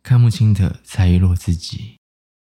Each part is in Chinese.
看不清的才遗落自己。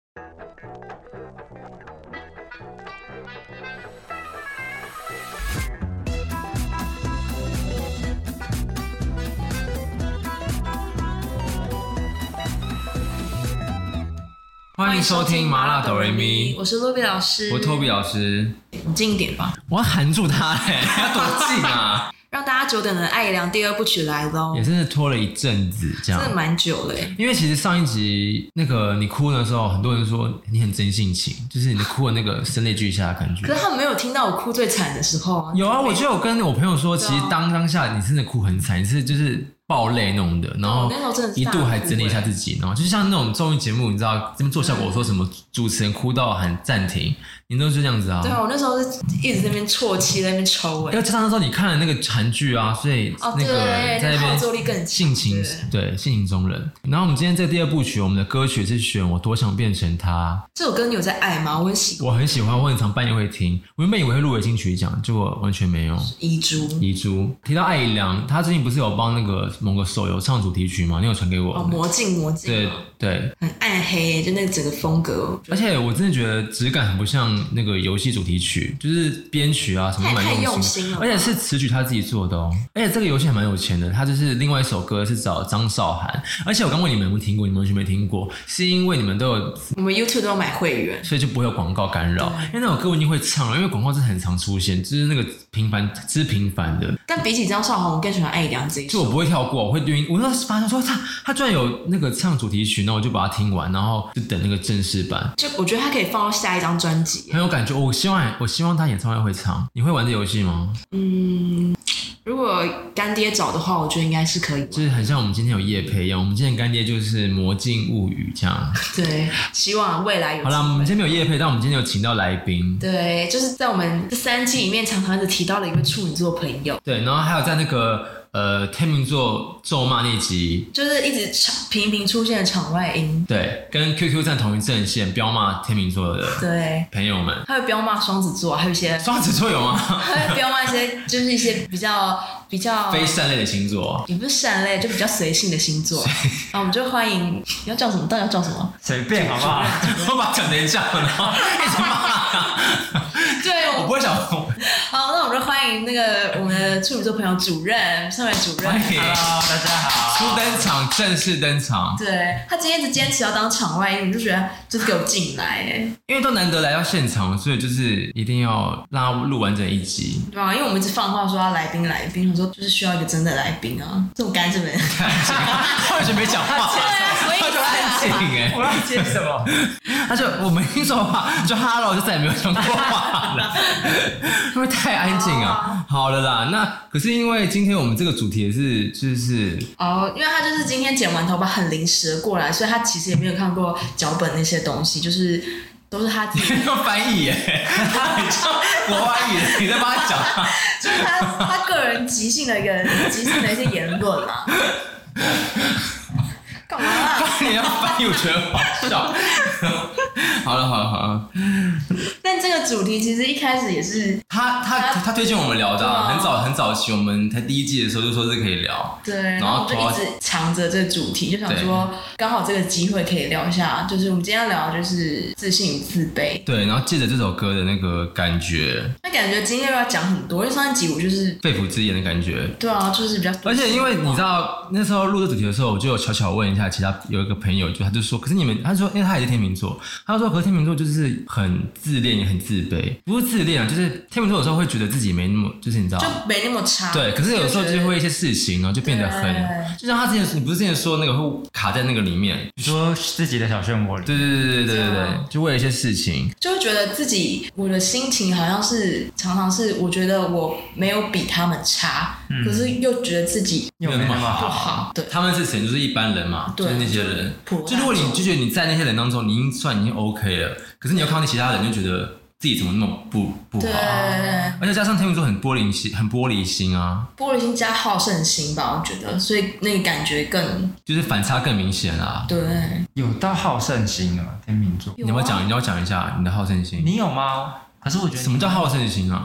欢迎收听麻辣哆瑞咪， 我是洛比老师， 我托比老师。 你近一点吧， 我要含住他要多近啊！ 让大家久等的艾怡良第二部曲来咯， 也真的拖了一阵子，这样真的蛮久了耶。 因为其实上一集那个你哭的时候，很多人说你很真性情，就是你哭的那个声泪俱下的感觉。 可是他们没有听到我哭最惨的时候啊。 有啊，我就有跟我朋友说，其实当下你真的哭很惨，你是就是爆泪那种的，然后一度还整理一下自己，然后就像那种综艺节目，你知道这边做效果，说什么主持人哭到喊暂停，你都是这样子啊。 对啊，我那时候是一直在那边啜泣，在那边抽因为加上那时候你看了那个韩剧啊，所以那个在那边作力更性情中人。然后我们今天这第二部曲，我们的歌曲是选《我多想变成他》。 这首歌你有在爱吗？我很喜欢， 我很喜欢，我很常半夜会听。我原本以为会入围金曲奖，结果完全没有。 遗珠提到艾怡良，他最近不是有帮那个某个手游唱主题曲吗？你有传给我？ 哦，魔镜。 对， 很暗黑，就那个整个风格。 而且我真的觉得质感很不像那个游戏主题曲，就是编曲啊什么蛮用心了，而且是词曲他自己做的哦。而且这个游戏还蛮有钱的，他就是另外一首歌是找张韶涵。而且我刚问你们有没有听过，你们完全没听过，是因为你们都有我们 YouTube 都有买会员， 所以就不会有广告干扰。因为那首歌我已经会唱了，因为广告是很常出现，就是那个频繁的。 但比起张韶涵，我更喜欢艾怡良这一首。 就我不会跳过，我会愿意。我那时发现说他居然有那个唱主题曲，那我就把它听完，然后就等那个正式版。 就我觉得他可以放到下一张专辑， 很有感觉。我希望他演唱会会唱。你会玩这游戏吗？ 如果干爹找的话，我觉得应该是可以。 就是很像我们今天有业配一样，我们今天干爹就是《魔镜物语》这样。 对，希望未来有。 好啦，我们今天没有业配，但我们今天有请到来宾。 对，就是在我们这3季里面常常一直提到的一位处女座朋友。 对，然后还有在那个天秤座咒骂那集， 就是一直频频出现的场外音。 对，跟 QQ 站同一阵线，彪骂天秤座的朋友们。 他会彪骂双子座，还有一些双子座有吗？ 他会彪骂一些就是一些比较非善类的星座， 也不是善类，就比较随性的星座。然后我们就欢迎，你要叫什么？到底要叫什么？ 随便好不好？ 我把它讲成这样，然后一直骂。 对， 我不会想。 好，那我们就欢迎那个我们的处女座朋友主任，身为主任。 欢迎 ，Hello， 大家好。 初登场，正式登场。 对，他今天一直坚持要当场外音，我就觉得就是给我进来因为都难得来到现场，所以就是一定要让他录完整一集。 对啊，因为我们一直放话说要来宾，我说就是需要一个真的来宾啊，这么干这么太安静，他完全没讲话，他就安静我要接什么？ 他就我没说话，就 hello 就再也没有讲过话了，因为太安静啊。好了啦，那可是因为今天我们这个主题也是就是因为他就是今天剪完头发很临时的过来，所以他其实也没有看过脚本那些东西，就是都是他自己要翻译耶，他很像国外语的，你在帮他讲话， 就是他个人即兴的一些言论嘛。干嘛啦？ 你要翻译，我觉得好笑。好了， 但这个主题其实一开始也是他推荐我们聊的很早期，我们才第1季的时候就说是可以聊。 对，然后就一直藏着这个主题，就想说刚好这个机会可以聊一下，就是我们今天要聊的就是自信与自卑。 对，然后借着这首歌的那个感觉， 那感觉今天又要讲很多，因为上一集我就是肺腑之言的感觉。 对啊，就是比较， 而且因为你知道那时候录这主题的时候，我就有悄问一下其他有一个朋友，他就说，可是你们，他说因为他也是天秤座，他说可是天秤座就是很自恋也很自卑，不是自恋啊，就是天秤座有时候会觉得自己没那么，就是你知道就没那么差。 对，可是有时候就会一些事情，然后就变得很，就像他之前，你不是之前说那个会卡在那个里面， 你说自己的小漩涡里。 对，就为了一些事情， 就会觉得自己我的心情好像是常常是我觉得我没有比他们差，可是又觉得自己没有那么好。对， 他们是谁？就是一般人嘛，就是那些人。就如果你就觉得你在那些人当中，你已经 OK 了，可是你要看到其他人，就觉得自己怎么那么不好。 对， 而且加上天秤座很玻璃心啊， 玻璃心加好胜心吧，我觉得，所以那个感觉更就是反差更明显啊。 对， 有到好胜心啊，天秤座。 你要讲一下你的好胜心。 你有吗？可是我觉得什么叫好胜心啊？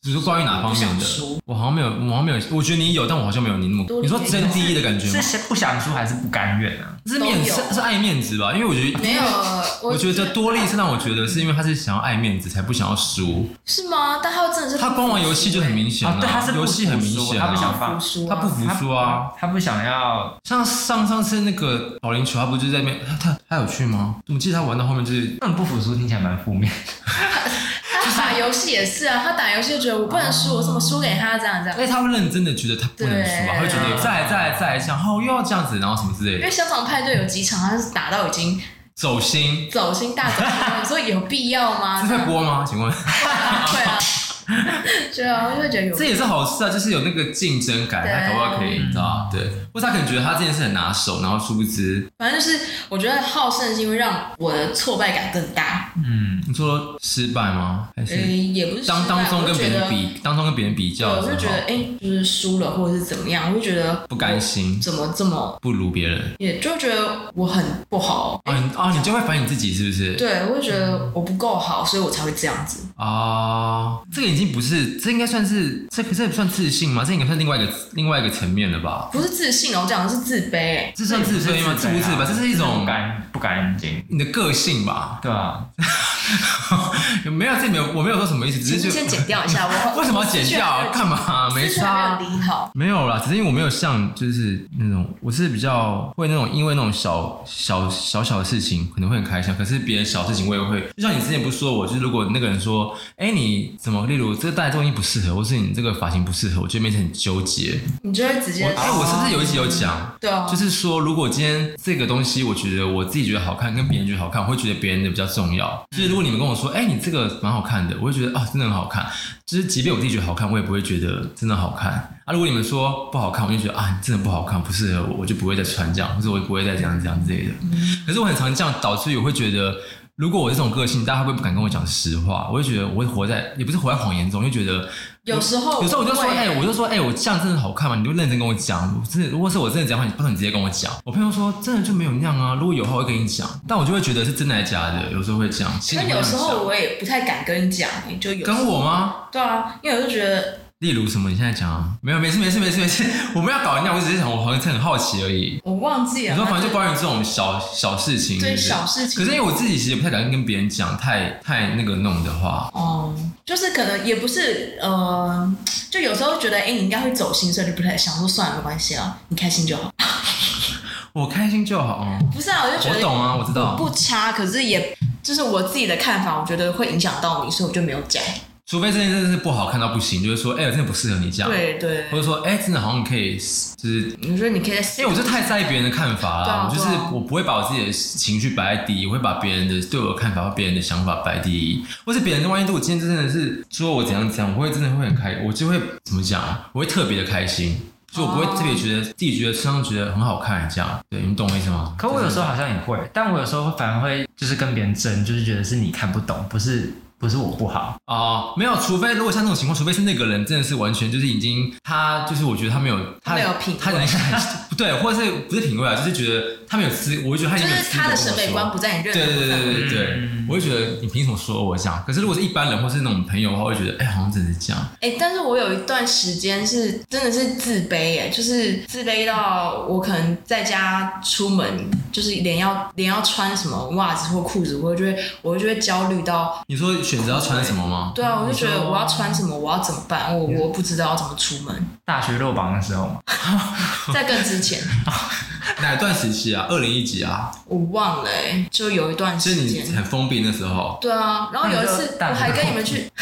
你说关于哪方面的？我好像没有，我觉得你有，但我好像没有你那么。你说争第一的感觉吗？ 是不想输还是不甘愿啊？ 是爱面子吧？因为我觉得没有， 我觉得多利是让我觉得是因为他是想要爱面子，才不想要输。 是吗？但他真的是他光玩游戏就很明显对，他是游戏很明显， 他不想放， 他不服输啊， 他不想要。 像上次那个保龄球，他不就在那边，他有去吗？我记得他玩到后面就是不服输，听起来蛮负面。 他打游戏也是啊，他打游戏就觉得我不能输，我怎么输给他这样？ 而且他会认真的觉得他不能输啊，他会觉得再来这样，又要这样子，然后什么之类的。 因为香港派对有几场他是打到已经走心大走心，你说有必要吗？ 这会播吗？请问？ 会啊。对啊，我就会觉得有。 这也是好事啊，就是有那个竞争感，他搞不好可以，你知道对，或者他可能觉得他这件事很拿手，然后殊不知， 反正就是我觉得好胜心会让我的挫败感更大。 你说失败吗？还是也不是当中跟别人比较， 我就觉得就是输了或者是怎么样，我就觉得不甘心， 怎么这么不如别人， 也就觉得我很不好你就会反省自己是不是？ 对，我会觉得我不够好，所以我才会这样子这个已经不是，这应该算是这不算自信吗？这应该算另外一个层面了吧？ 不是自信我讲的是自卑这算自卑吗？自不自卑？这是一种不甘心， 你的个性吧？ 对啊。 没有，我没有说什么意思，只是先剪掉一下。我为什么要剪掉？干嘛？没差。 没有理好。 没有啦，只是因为我没有像就是那种，我是比较会那种，因为那种小的事情可能会很开心，可是别人小事情我也会，就像你之前不是说我，就是如果那个人说，你怎么，例如这个戴这东西不适合，或是你这个发型不适合，我就变成很纠结。 你就会直接我是不是有一集有讲？ 对啊， 就是说，如果今天这个东西，我觉得我自己觉得好看，跟别人觉得好看，我会觉得别人的比较重要。就是如果你们跟我说，你这个蛮好看的，我会觉得真的很好看。就是即便我自己觉得好看，我也不会觉得真的好看。如果你们说不好看，我就觉得你真的不好看，不适合我，我就不会再穿这样，或者我也不会再这样之类的。可是我很常这样，导致我会觉得，如果我这种个性，大家会不会不敢跟我讲实话？我会觉得我会也不是活在谎言中，就觉得有时候我就说，我这样真的好看吗？你就认真跟我讲。如果是我真的讲话，你不能直接跟我讲。我朋友说真的就没有那样啊，如果有的话我会跟你讲，但我就会觉得是真的还是假的，有时候会这样。 但有时候我也不太敢跟你讲，就有跟我吗？ 对啊，因为我就觉得。 例如什么？你现在讲啊？没有，没事，我们要搞人家，我只是想，我好像很好奇而已。 我忘记了。 你说反正就关于这种小事情， 对小事情。 可是因为我自己其实也不太敢跟别人讲太那个弄的话。 就是可能也不是就有时候觉得你应该会走心，所以就不太想说算了，没关系了，你开心就好。 我开心就好。 不是啊，我就觉得我懂啊，我知道不差，可是也就是我自己的看法，我觉得会影响到你，所以我就没有讲。 除非这件事是不好看到不行，就是说，真的不适合你这样。 对。 或者说，真的好像可以，就是你说你可以因为我就太在意别人的看法啦，我就是我不会把我自己的情绪摆在第一，我会把别人的对我的看法或别人的想法摆第一，或是别人万一对我今天真的是说我怎样，我会真的会很开心，我就会怎么讲，我会特别的开心。就我不会特别觉得自己觉得身上觉得很好看这样，对，你懂我意思吗？ 可我有时候好像也会，但我有时候反而会就是跟别人争，就是觉得是你看不懂，不是我不好没有，除非如果像那种情况，除非是那个人真的是完全就是已经他就是我觉得他没有品味， 他人不对，或者是不是品味啊，就是觉得他没有我就觉得他已经没有就是他的审美观不在你认同的对，我会觉得你凭什么说我这样？可是如果是一般人或是那种朋友的话，我会觉得好像真的是这样。 但是我有一段时间是真的是自卑就是自卑到我可能在家出门就是连要穿什么袜子或裤子，我就会焦虑到。 你说选择要穿什么吗？ 对啊，我就觉得我要穿什么，我要怎么办？我不知道要怎么出门。 大学落榜的时候吗？ 在更之前。 哪一段时期啊？2010几啊？ 我忘了就有一段时间。 就是你很封闭那时候。 对啊，然后有一次我还跟你们去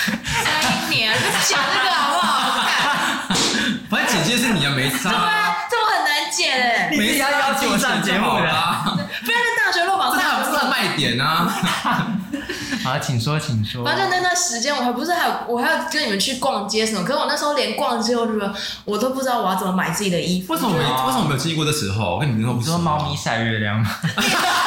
3年，就讲这个好不好？ 反正姐姐是你啊，没差。 对啊，这我很难剪你自己要邀请我上节目啦。 不然在大学落榜， 这是卖点啊。 好，请说。 反正那段时间我还要跟你们去逛街什么，可是我那时候连逛街我都不知道我要怎么买自己的衣服。 为什么没有经历过这时候？我跟你说不是。 你说猫咪晒月亮吗？ 对，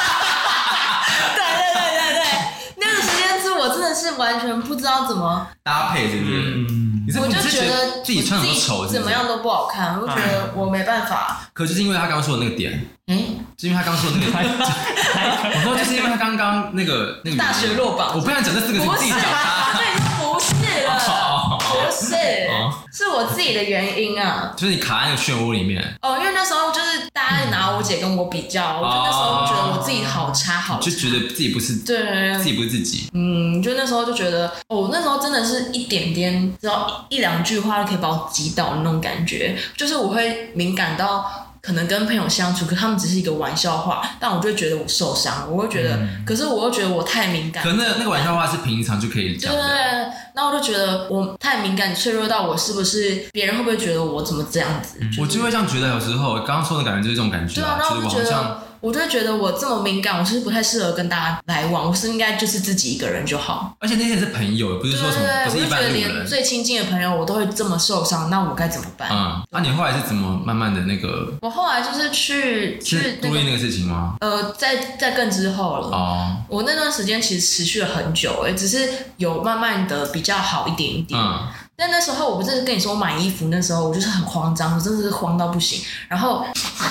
那个时间是我真的是完全不知道怎么搭配，是不是？ 我就觉得自己穿什么丑， 怎么样都不好看，我就觉得我没办法。 可就是因为他刚刚说的那个点，就因为他刚说的那个，我说就是因为他刚刚那个大学落榜， 我不想讲这4个字，自己讲他。 那你说不是了，不是是，是我自己的原因啊， 就是你卡在那个漩涡里面。 因为那时候就是大家拿我姐跟我比较，我就那时候觉得我自己好差， 就觉得自己不是对， 自己不是自己。 就那时候就觉得，那时候真的是一点点，只要一两句话就可以把我击倒的那种感觉，就是我会敏感到。可能跟朋友相处，可他们只是一个玩笑话，但我就会觉得我受伤，我会觉得，可是我又觉得我太敏感。 可那个玩笑话是平常就可以讲的。 对，那我就觉得我太敏感、脆弱到我是不是别人会不会觉得我怎么这样子？ 我就会这样觉得，有时候刚刚说的感觉就是这种感觉。 对啊，那我就觉得。我就会觉得我这么敏感，我是不太适合跟大家来往，我是应该就是自己一个人就好。 而且那些是朋友，不是说什么，不是一般路人。我就觉得连最亲近的朋友我都会这么受伤，那我该怎么办？ 那你后来是怎么慢慢的那个？ 我后来就是去度过那个事情吗？ 在更之后了。我那段时间其实持续了很久，只是有慢慢的比较好一点一点。但那时候我不是跟你说我买衣服，那时候我就是很慌张，我真的是慌到不行。然后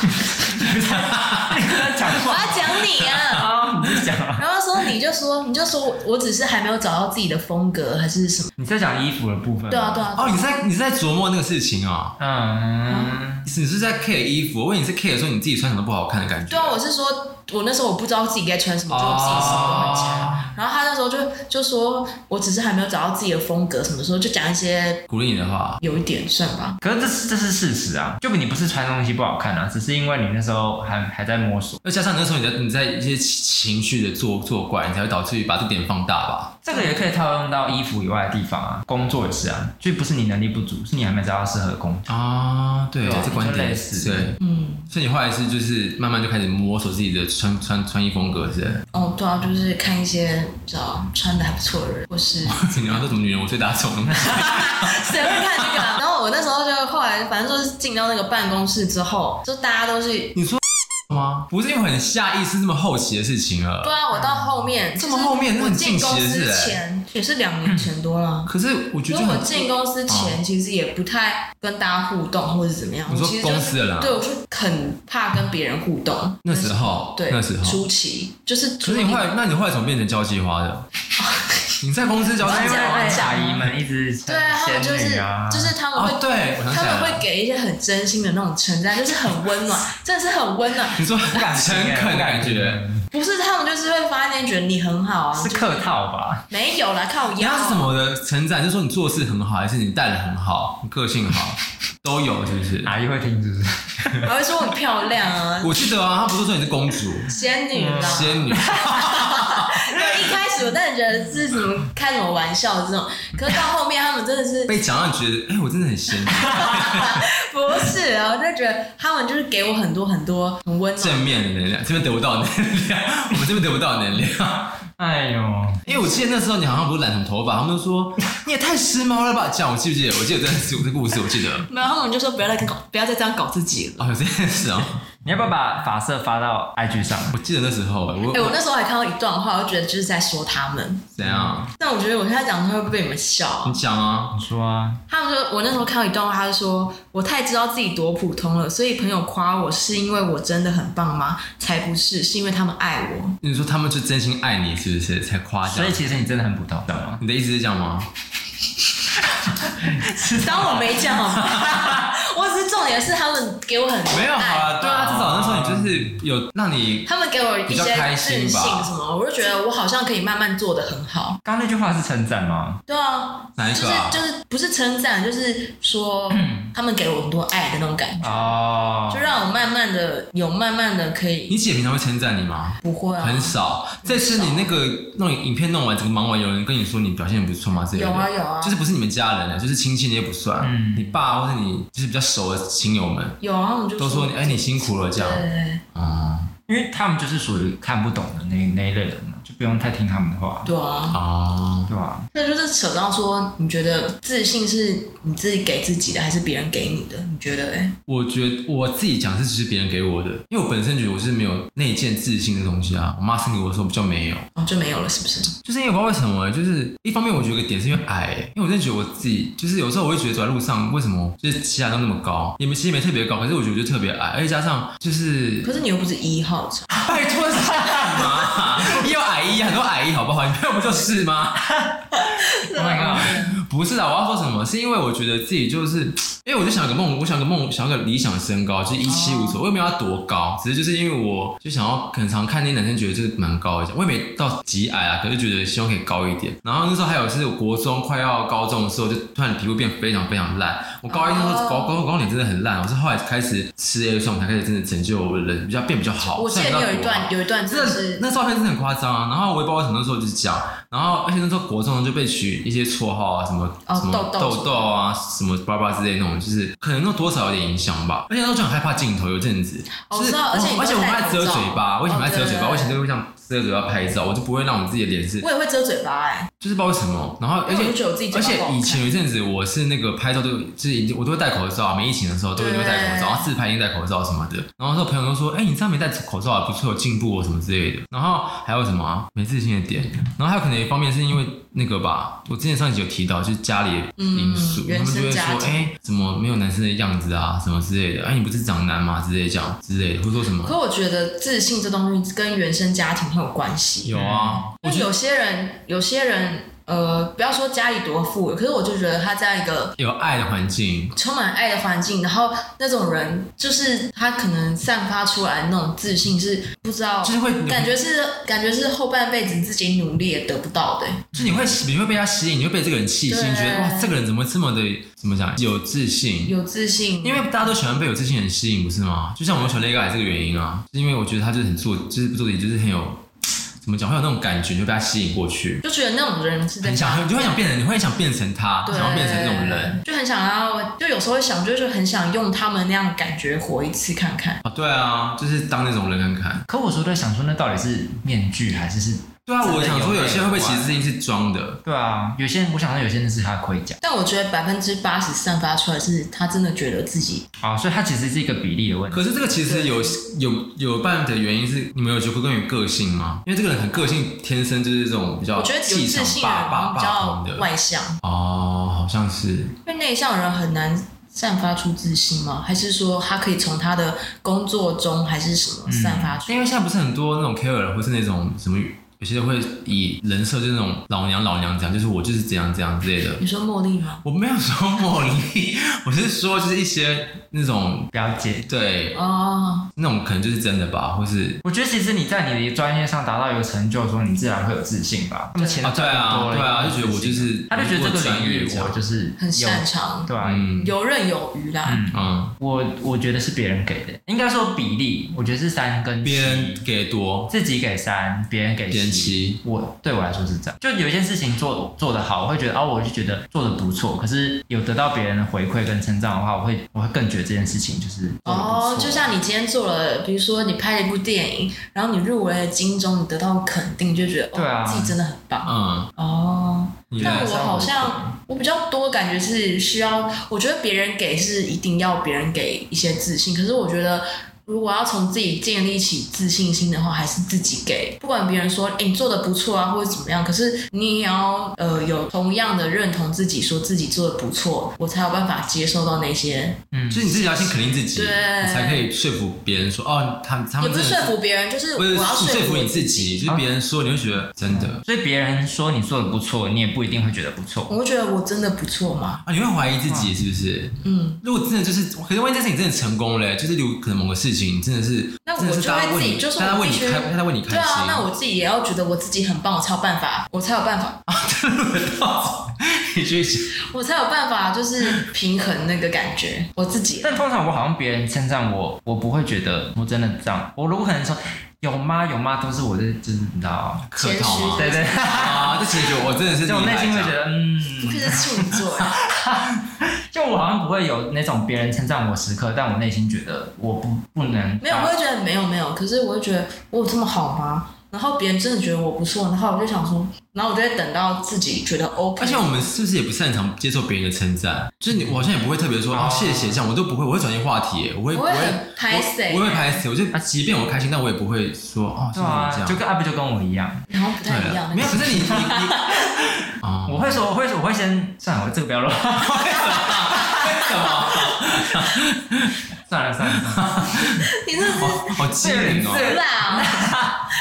我要讲你啊！ 你就讲。 然后说你就说我只是还没有找到自己的风格还是什么？ 你在讲衣服的部分？ 对啊。 你是在琢磨那个事情啊？你是在 care 衣服？我问你是 care 说你自己穿什么不好看的感觉？ 对啊，我是说我那时候我不知道自己该穿什么，就我自己什么都很强。然后他那时候就说我只是还没有找到自己的风格，什么时候就讲一些鼓励你的话， 有一点算吧。 可是这是事实啊，就你不是穿东西不好看啊，只是因为你那时候还在摸索， 再加上那时候你在一些情绪的作怪，你才会导致于把这点放大吧。 这个也可以套用到衣服以外的地方啊，工作也是啊，就不是你能力不足，是你还没找到适合的工作啊。对，这关键类似。 对，所以你后来是就是慢慢就开始摸索自己的穿衣风格是？ 对啊，就是看一些知道穿的还不错的人，或是你要说什么女人我最大众， 谁会看这个？然后我那时候就后来反正就是进到那个办公室之后，就大家都是你说。吗？不是因为很下意识这么后期的事情了。 对啊，我到后面这么后面，那很近期的事前也是2年前多了。 可是我觉得我进公司前其实也不太跟大家互动或者怎么样。 你说公司的人？对， 我是很怕跟别人互动。 那时候， 对， 那时候初期就是。 可是你后来怎么变成交际花的？你在公司交际花， 阿姨们一直对啊，他们就是他们会他们会给一些很真心的那种称赞，就是很温暖，真的是很温暖。 你说很诚恳的感觉， 不是他们就是会发现觉得你很好啊， 是客套吧？ 没有啦，靠腰。 他是什么的称赞？就是说你做事很好，还是你带人很好，你个性好，都有是不是？ 阿姨会听是不是？ 还会说很漂亮啊。 我记得啊，他不是说你是公主、 仙女啦， 仙女。 一开始我真的觉得是什么开什么玩笑这种，可是到后面他们真的是被讲到觉得，我真的很仙女。 不是啊，我就觉得他们就是给我很多很多很温暖正面的能量，这边得不到能量，我们这边得不到能量。 哎呦， 因为我记得那时候你好像不是染什么头发，他们就说你也太时髦了吧？这样我记不记得？我记得这故事，我记得没有，他们就说不要再这样搞自己了。 有这件事哦。 你要不要把发色发到 IG 上？ 我记得那时候， 我那时候还看到一段话，我就觉得就是在说他们怎样。 但我觉得我现在讲会不会被你们笑？ 你讲啊， 你说啊。 他们说，我那时候看到一段话，他就说我太知道自己多普通了，所以朋友夸我是因为我真的很棒吗？才不是，是因为他们爱我。 你说他们就真心爱你，是不是才夸奖？ 所以其实你真的很普通，知道吗？ 你的意思是这样吗？ 当我没讲好吗？我只是重点是他们给我很没有好了，对啊，至少那时候你就是有让你他们给我一些自信什么，我就觉得我好像可以慢慢做得很好。 刚刚那句话是称赞吗？ 对啊， 哪一个啊？ 就是不是称赞，就是说他们给我很多爱的那种感觉哦，就让我慢慢的可以。 你姐平常会称赞你吗？ 不会啊， 很少。这次你那个弄影片弄完整个忙完，有人跟你说你表现不错吗？ 有啊有啊， 就是不是你们家人，就是亲戚那些不算，你爸或是你就是比较熟的亲友们， 有啊，他们就都说你辛苦了这样。 对， 因为他们就是属于看不懂的那一类人，就不用太听他们的话。 对啊， 对啊。 那就是扯到说，你觉得自信是你自己给自己的，还是别人给你的？你觉得嘞？ 我觉得我自己讲是只是别人给我的，因为我本身觉得我是没有内建自信的东西啊。我妈生给我的时候比较没有， 就没有了，是不是？ 就是因为我不知道为什么，就是一方面我觉得有个点是因为矮，因为我真的觉得我自己就是有时候我会觉得走在路上为什么就是其他都那么高，其实没特别高，可是我觉得就特别矮，而且加上就是， 可是你又不是1号车， 拜托是干嘛？也有矮1，很多矮1好不好？你朋友不就是吗？ Oh my god！ 不是啊，我要说什么？是因为我觉得自己就是，因为我就想有个梦，我想有个理想身高，就是175，我也没有要多高，只是就是因为我就想要，可能常看那些男生觉得就是蛮高一点，我也没到极矮啊，可是觉得希望可以高一点。然后那时候还有是国中快要高中的时候，就突然皮肤变非常非常烂。我高一那时候高脸真的很烂，我是后来开始吃 A 霜才开始真的拯救我的人变比较好。 我记得你有一段真的是那照片真的很夸张啊。然后我也不知道为什么那时候就是讲，然后而且那时候国中就被取一些绰号啊，什么痘痘啊，什么巴拉之类那种，就是可能多少有点影响吧。而且那时候就很害怕镜头，有阵子，就是而且我们爱遮嘴巴，我以前爱遮嘴巴，我以前都会像遮嘴巴拍照，我就不会让我自己的脸是。 我也会遮嘴巴就是不知道为什么。然后而且以前有一阵子我是那个拍照就是我都会戴口罩，没疫情的时候都会戴口罩，然后自拍一定戴口罩什么的。然后那时候朋友都说，你这样没戴口罩还不错，有进步什么之类的。然后还有什么没自信的点，然后还有可能一方面是因为那个吧，我之前上一集有提到，就是家里的因素，他们就会说，怎么没有男生的样子啊，什么之类的，你不是长男吗？之类讲之类的，或者说什么。 可我觉得自信这东西跟原生家庭很有关系。 有啊， 因为有些人。不要说家里多富有，可是我就觉得他在一个有爱的环境， 充满爱的环境，然后那种人就是他可能散发出来的那种自信是不知道， 就是会感觉是后半辈子自己努力也得不到的。 就是你会被他吸引，你会被这个人气吸引，觉得哇，这个人怎么这么的怎么讲有自信？ 有自信， 因为大家都喜欢被有自信的人吸引，不是吗？就像我们喜欢 Lega 这个原因啊，是因为我觉得他就是很就是不做自己，就是很有。怎么讲？会有那种感觉，你会被他吸引过去， 就觉得那种人是在你就会想变成，你会想变成他，想要变成那种人， 就很想要，就有时候会想，就是很想用他们那样的感觉活一次看看。 对啊，就是当那种人看看。 可我说在想说，那到底是面具还是？ 对啊，我想说有些人会不会其实自己是装的？ 对啊，我想说有些人是他的盔甲。 但我觉得80%散发出来是他真的觉得自己所以他其实是一个比例的问题。 可是这个其实有半的原因是，你们有觉得关于个性吗？因为这个人很个性，天生就是这种比较气场比较外向。 好像是。 因为内向的人很难散发出自信吗？还是说他可以从他的工作中还是什么散发出？ 因为现在不是很多那种 KOL 或是那种什么。有些人会以人设就是那种老娘讲，就是我就是怎样之类的。 你说茉莉吗？ 我没有说茉莉，我是说就是一些那种了解， 对那种可能就是真的吧，或是我觉得其实你在你的专业上达到一个成就，说你自然会有自信吧。他们钱对啊，就觉得我就是他就觉得这个领域我就是很擅长， 对啊， 游刃有余啦。 我觉得是别人给的，应该说比例，我觉得是3跟7， 别人给多， 自己给3，别人给7。对我来说是这样，就有一件事情做得好，我会觉得我就觉得做得不错，可是有得到别人的回馈跟称赞的话，我会更觉得这件事情就是做得不错。 就像你今天做了，比如说你拍了一部电影，然后你入围了金钟，你得到肯定，就觉得对啊， 自己真的很棒。但我好像我比较多感觉是需要，我觉得别人给是一定要别人给一些自信，可是我觉得。如果要从自己建立起自信心的话，还是自己给。不管别人说，你做的不错啊，或者怎么样，可是你也要有同样的认同自己，说自己做的不错，我才有办法接受到那些。 就是你自己要先肯定自己，对，你才可以说服别人说，他们也不是说服别人，就是我要说服你自己，就是别人说你会觉得真的。 所以别人说你做的不错，你也不一定会觉得不错。 我会觉得我真的不错吗？ 你会怀疑自己是不是？如果真的就是，可是万一这事情真的成功了，就是可能某个事情真的是。 那我就会自己就是他为你开心， 对啊，那我自己也要觉得我自己很棒，我才有办法，我才有办法就是平衡那个感觉，我自己。 但通常我好像别人称赞我不会觉得我真的这样，我如果可能说。有吗？都是我就是你知道客套吗？ 对这其实我真的是， 就我内心会觉得不愧是处女座。 就我好像不会有那种别人称赞我时刻，但我内心觉得我不能。 没有，我会觉得没有，可是我会觉得我有这么好吗？然后别人真的觉得我不错，然后我就想说，然后我就会等到自己觉得 OK。 而且我们是不是也不擅长接受别人的称赞？就是我好像也不会特别说谢谢这样，我都不会，我会转移话题，我会拍谁？ 我会拍谁？我就即便我开心，但我也不会说谢谢这样。 就跟阿比就跟我一样， 然后不太一样。 没有，可是你我会先算了，我这个不要录。为什么？ 算了， 你这是好机灵哦！ 不知道火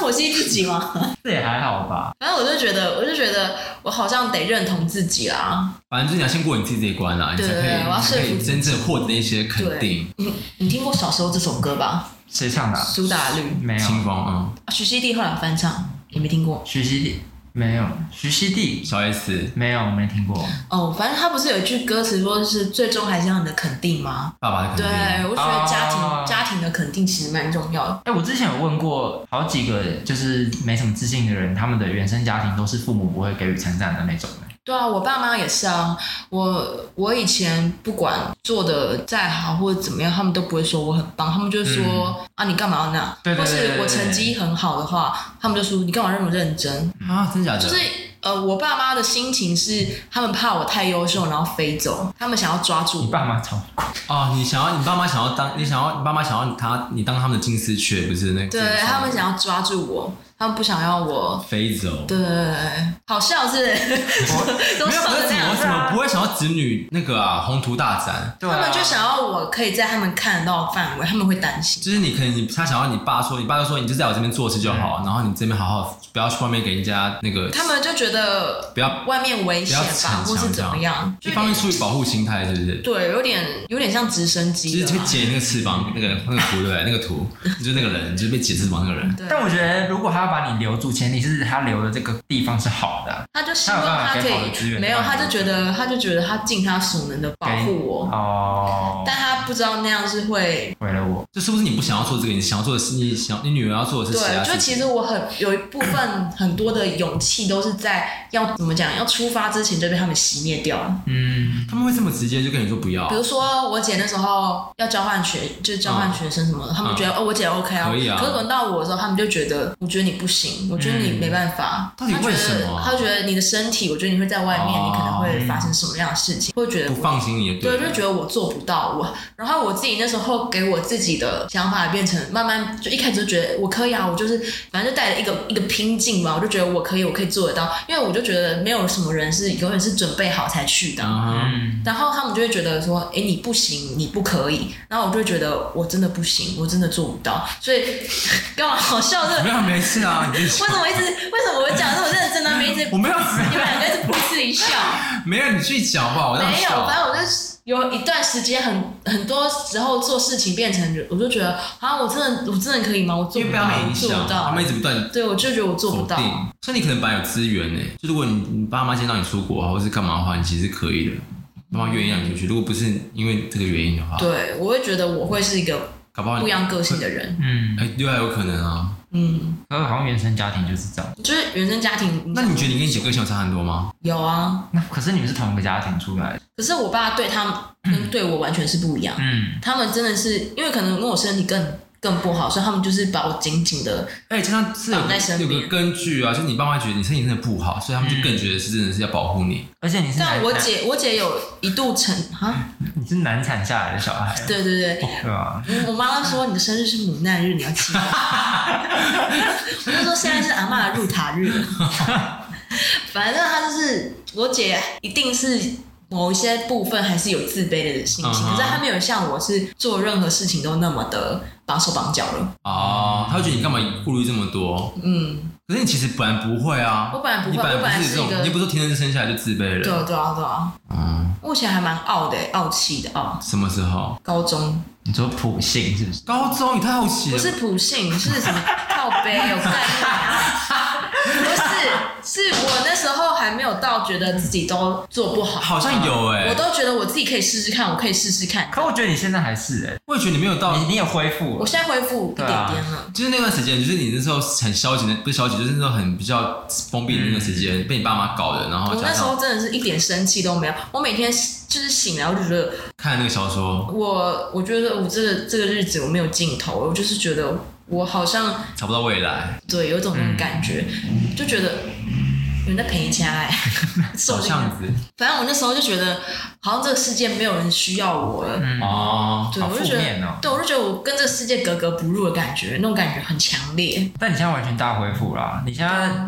剖析自己吗？ 这也还好吧。 反正我就觉得我好像得认同自己啦。 反正就是你要先过你自己这一关啦，你才可以真正获得一些肯定。 你听过《小时候》这首歌吧？ 谁唱的？ 苏打绿。 没有。 清风， 徐熙娣后来翻唱，你没听过？ 徐熙娣没有，徐熙娣小 S 没有，我没听过。 哦，反正他不是有一句歌词说是最终还是要你的肯定吗？ 爸爸的肯定。 对，我觉得家庭的肯定其实蛮重要的。 我之前有问过好几个就是没什么自信的人，他们的原生家庭都是父母不会给予称赞的那种。 对啊，我爸妈也是啊。我以前不管做的再好或者怎么样，他们都不会说我很棒，他们就说、啊你干嘛要那样？ 对， 或是我成绩很好的话，他们就说你干嘛那么认真啊？真假的？ 就是我爸妈的心情是他们怕我太优秀，然后飞走，他们想要抓住我。 你爸妈超哦，你爸妈想要你当他们的金丝雀，不是那个？ 对，他们想要抓住我。他们不想要我飞走， 对，好笑是不是？ 没有，我怎么不会想要子女那个宏图大展？ 他们就想要我可以在他们看得到的范围，他们会担心。 就是他想要你爸就说你就在我这边做事就好，然后你这边好好，不要去外面给人家那个。 他们就觉得不要外面危险吧，或是怎么样？ 一方面出于保护心态，是不是？ 对，有点像直升机， 就是会解那个翅膀，那个图对不对？那个图就是那个人，就是被解翅膀那个人。 但我觉得如果他把你留住，前提是他留的这个地方是好的。 他就希望他可以没有，他就觉得他尽他所能的保护我。哦。但他不知道那样是会毁了我。 这是不是你不想要做这个？你想要做的是你女儿要做的是其他事情？ 对，就其实我有一部分很多的勇气都是在要怎么讲，要出发之前就被他们熄灭掉了。 他们会这么直接就跟你说不要？ 比如说我姐那时候要交换就是交换学生什么的，他们觉得我姐 OK 啊，可以啊。可是轮到我的时候，他们就觉得我觉得你不行，我觉得你没办法。 到底为什么？ 他觉得你的身体，我觉得你会在外面，你可能会发生什么样的事情，会觉得不放心你。 对，就觉得我做不到然后我自己那时候给我自己的想法变成慢慢就一开始就觉得我可以啊，我就是反正就带着一个拼劲吧，我就觉得我可以做得到，因为我就觉得没有什么人是永远是准备好才去的。然后他们就会觉得说，你不行，你不可以，然后我就会觉得我真的不行，我真的做不到，所以干嘛好笑的？ 没事啊， 为什么我会讲这么认真呢？ 我没有， 你们两个一直不自己笑。 没有，你去讲吧，我没有，反正我就有一段时间很多时候做事情变成，我就觉得我真的可以吗？我做不到，做不到。 他们一直不断， 对，我就觉得我做不到。 所以你可能本来有资源呢，就如果你爸妈先让你出国或是干嘛的话，你其实可以的，爸妈愿意让你出去。如果不是因为这个原因的话， 对，我会觉得我会是一个不一样个性的人。 对啊，有可能啊。 好像原生家庭就是这样， 就是原生家庭。 那你觉得你跟你姐个性有差很多吗？ 有啊。 那可是你们是同一个家庭出来的。 可是我爸对他们跟对我完全是不一样。他们真的是因为可能跟我身体更不好，所以他们就是把我紧紧的加上是有个根据啊，就是你爸妈觉得你身体真的不好，所以他们就更觉得是真的是要保护你。 而且你是但我姐有一度你是难产下来的小孩。 对对吧？我妈说你的生日是母难日，你要记得。我就说现在是阿嬷的入塔日。反正她就是我姐，一定是某一些部分还是有自卑的心情，可是她没有像我是做任何事情都那么的绑手绑脚了。 她会觉得你干嘛顾虑这么多？可是你其实本来不会啊。 我本来不会， 你本来是这种，你不是说天生生下来就自卑了？ 对啊。我以前还蛮傲气的。什么时候？ 高中。 你说普信是不是？ 高中你太好奇了。 不是普信，是什么靠背有概念啊？不是我那时候还没有到觉得自己都做不好。 好像有我都觉得我自己可以试试看，我可以试试看。 可我觉得你现在还是我也觉得你没有到， 你有恢复。 我现在恢复一点点了。 就是那段时间，就是你那时候很消极的，不是消极，就是那时候很比较封闭的那段时间，被你爸妈搞的，然后我那时候真的是一点生气都没有。我每天就是醒来，我就觉得看那个小说， 我觉得我这个日子我没有尽头，我就是觉得我好像找不到未来。 对，有种那种感觉，就觉得有人在陪家小巷子。 反正我那时候就觉得，好像这个世界没有人需要我了。对，我就觉得，对，我就觉得我跟这个世界格格不入的感觉，那种感觉很强烈。 但你现在完全大恢复啦，你现在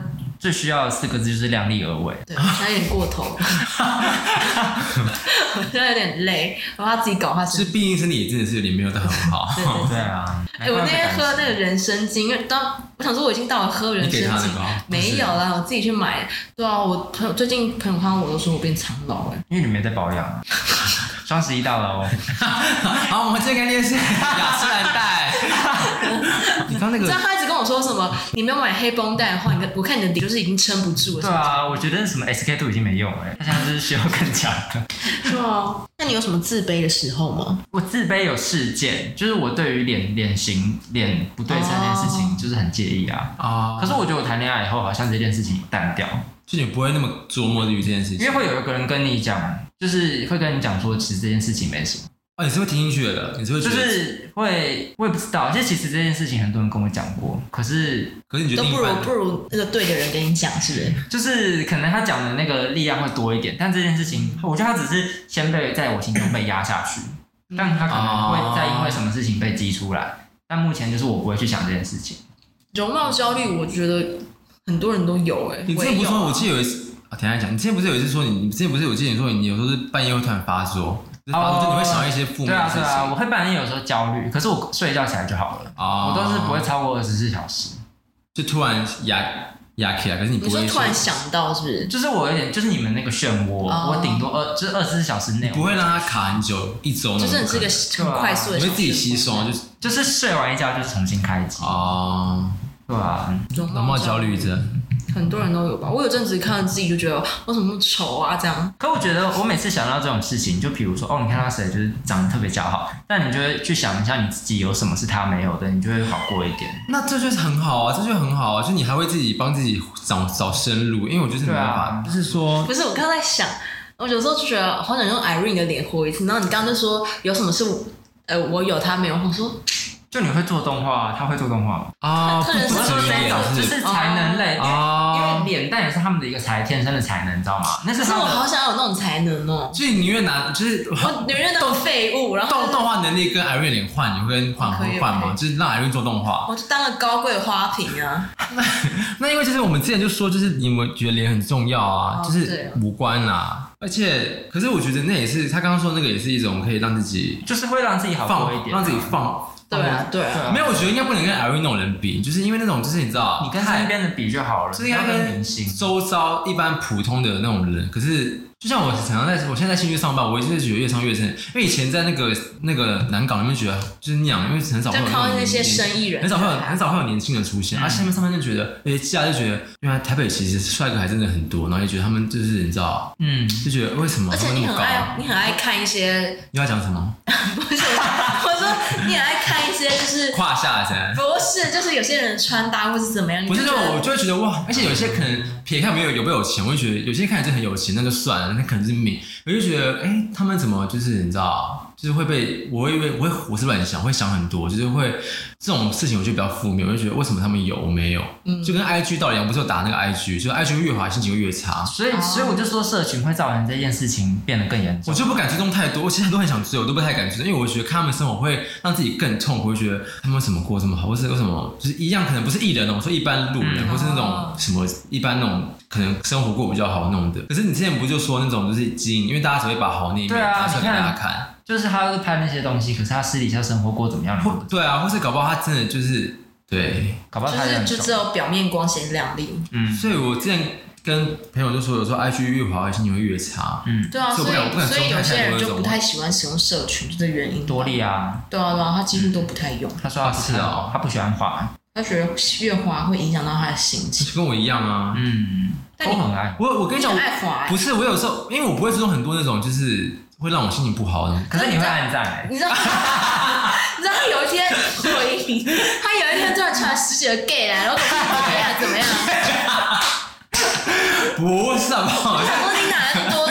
最需要的4个字就是量力而为。 对，我现在有点过头了，我现在有点累，然后他自己搞他身体。 是，毕竟身体也真的是有点没有到很好。 对啊， 我那天喝那个人参精，因为我想说我已经到了喝人参精，没有啦，我自己去买。对啊，我最近朋友看到我都说我变苍老因为你没在保养。双11到了哦。 好，我们这个列是雅诗兰黛。你刚那个， 这样他一直跟我说什么？你没有买黑绷带的话，我看你的底就是已经撑不住了。 对啊，我觉得什么 SK2 已经没用了，他现在就是需要更强的。 对啊，那你有什么自卑的时候吗？ 我自卑有事件，就是我对于脸型不对称这件事情就是很介意啊。可是我觉得我谈恋爱以后，好像这件事情淡掉， 就你不会那么琢磨于这件事情， 因为会有一个人跟你讲，就是会跟你讲说，其实这件事情没什么。 你是会听进去的，你是会觉得就是会，我也不知道。其实这件事情很多人跟我讲过，可是你觉得都不如那个对的人跟你讲，是不是？ 就是可能他讲的那个力量会多一点，但这件事情，我觉得他只是先在我心中被压下去，但他可能会再因为什么事情被激出来。但目前就是我不会去想这件事情。 容貌焦虑，我觉得很多人都有你之前不是说，我记得有一次，等一下讲，你之前不是有一次说你之前不是有记得你说你有时候是半夜会突然发作。就你会想到一些负面的事情。 对啊，我会半夜有时候焦虑，可是我睡觉起来就好了。我都是不会超过24小时， 就突然压起来，可是你不会。 你说突然想到是不是？ 就是我有点，就是你们那个漩涡，我顶多就是24小时内， 不会让它卡很久1周那种。 就是你是个很快速的， 你会自己吸收， 就是睡完一觉就重新开机。对啊， 容貌焦虑症。 很多人都有吧，我有阵子看到自己就觉得我怎么那么丑啊这样。 可我觉得我每次想到这种事情，就比如说你看到谁就是长得特别姣好，但你就会去想一下你自己有什么是他没有的，你就会好过一点。 那这就是很好啊，就你还会自己帮自己找生路，因为我觉得没办法，就是说， 不是我刚才在想，我有时候就觉得好想用 Irene 的脸活一次，然后你刚刚就说有什么是我有他没有，我说。 就你会做动画，他会做动画不是说这种就是才能类，因为脸蛋也是他们的一个天生的才能，你知道吗？那是我好想要有那种才能哦。 所以你宁愿就是我宁愿当废物，然后动画能力跟 Irene 脸换，你会跟换吗？就是让 Irene 做动画， 我就当个高贵的花瓶啊。 那因为就是我们之前就说，就是你们觉得脸很重要啊，就是五官啊。而且，可是我觉得那也是他刚刚说的那个，也是一种可以让自己， 就是会让自己好过一点， 让自己放。 对啊， 没有，我觉得应该不能跟 Irene 那种人比，就是因为那种就是你知道， 你跟身边的比就好了， 就是应该跟明星、周遭一般普通的那种人。可是，就像我现在在新区上班，我一直觉得越上越深，因为以前在那个南港那边觉得就是那样，因为很少会有那些生意人， 很少会有年轻的出现。下面上班就觉得，接下来就觉得，原来台北其实帅哥还真的很多，然后也觉得他们就是你知道，就觉得为什么他们那么高？ 你很爱看一些， 你要讲什么？ 不是，我说你很爱看一些就是胯下噻， 不是，就是有些人穿搭或是怎么样， 不是，我就会觉得哇，而且有些可能撇开有没有钱，我就觉得有些看起来真的很有钱，那就算了，那可能是命。我就觉得，他们怎么就是你知道，就是会被我是乱想，会想很多，就是会这种事情，我觉得比较负面。我就觉得为什么他们有我没有，就跟 IG 道理一样，不是有打那个 IG， 就 IG 越滑心情会越差。 所以我就说社群会造成这件事情变得更严重。 我就不敢追踪太多，我其实很多很想追，我都不太敢追踪，因为我觉得看他们生活会让自己更痛苦，会觉得他们为什么过这么好，或是为什么就是一样，可能不是艺人哦，我说一般路人，或是那种什么一般那种可能生活过比较好那种的。可是你之前不就说那种就是基因，因为大家只会把好那一面拿出来给大家看。 就是他会拍那些东西，可是他私底下生活过怎么样？ 对啊，或是搞不好他真的就是对， 搞不好他就只有表面光鲜亮丽。 所以我之前跟朋友就说，有时候 IG 越滑心情会越差。 对啊，所以有些人就不太喜欢使用社群，就是原因。 多利啊， 对啊，他几乎都不太用。 他说他是他不喜欢滑， 他觉得越滑会影响到他的心情。 跟我一样啊， 都很爱。 我跟你讲， 爱滑不是我有时候，因为我不会追踪很多那种就是会让我心情不好的。 可是你会按赞你知道他有一天回应，他有一天突然传10几个 gay 来，然后怎么样？ 不是好不好？ 我想说你哪来那么多这种人？ 而且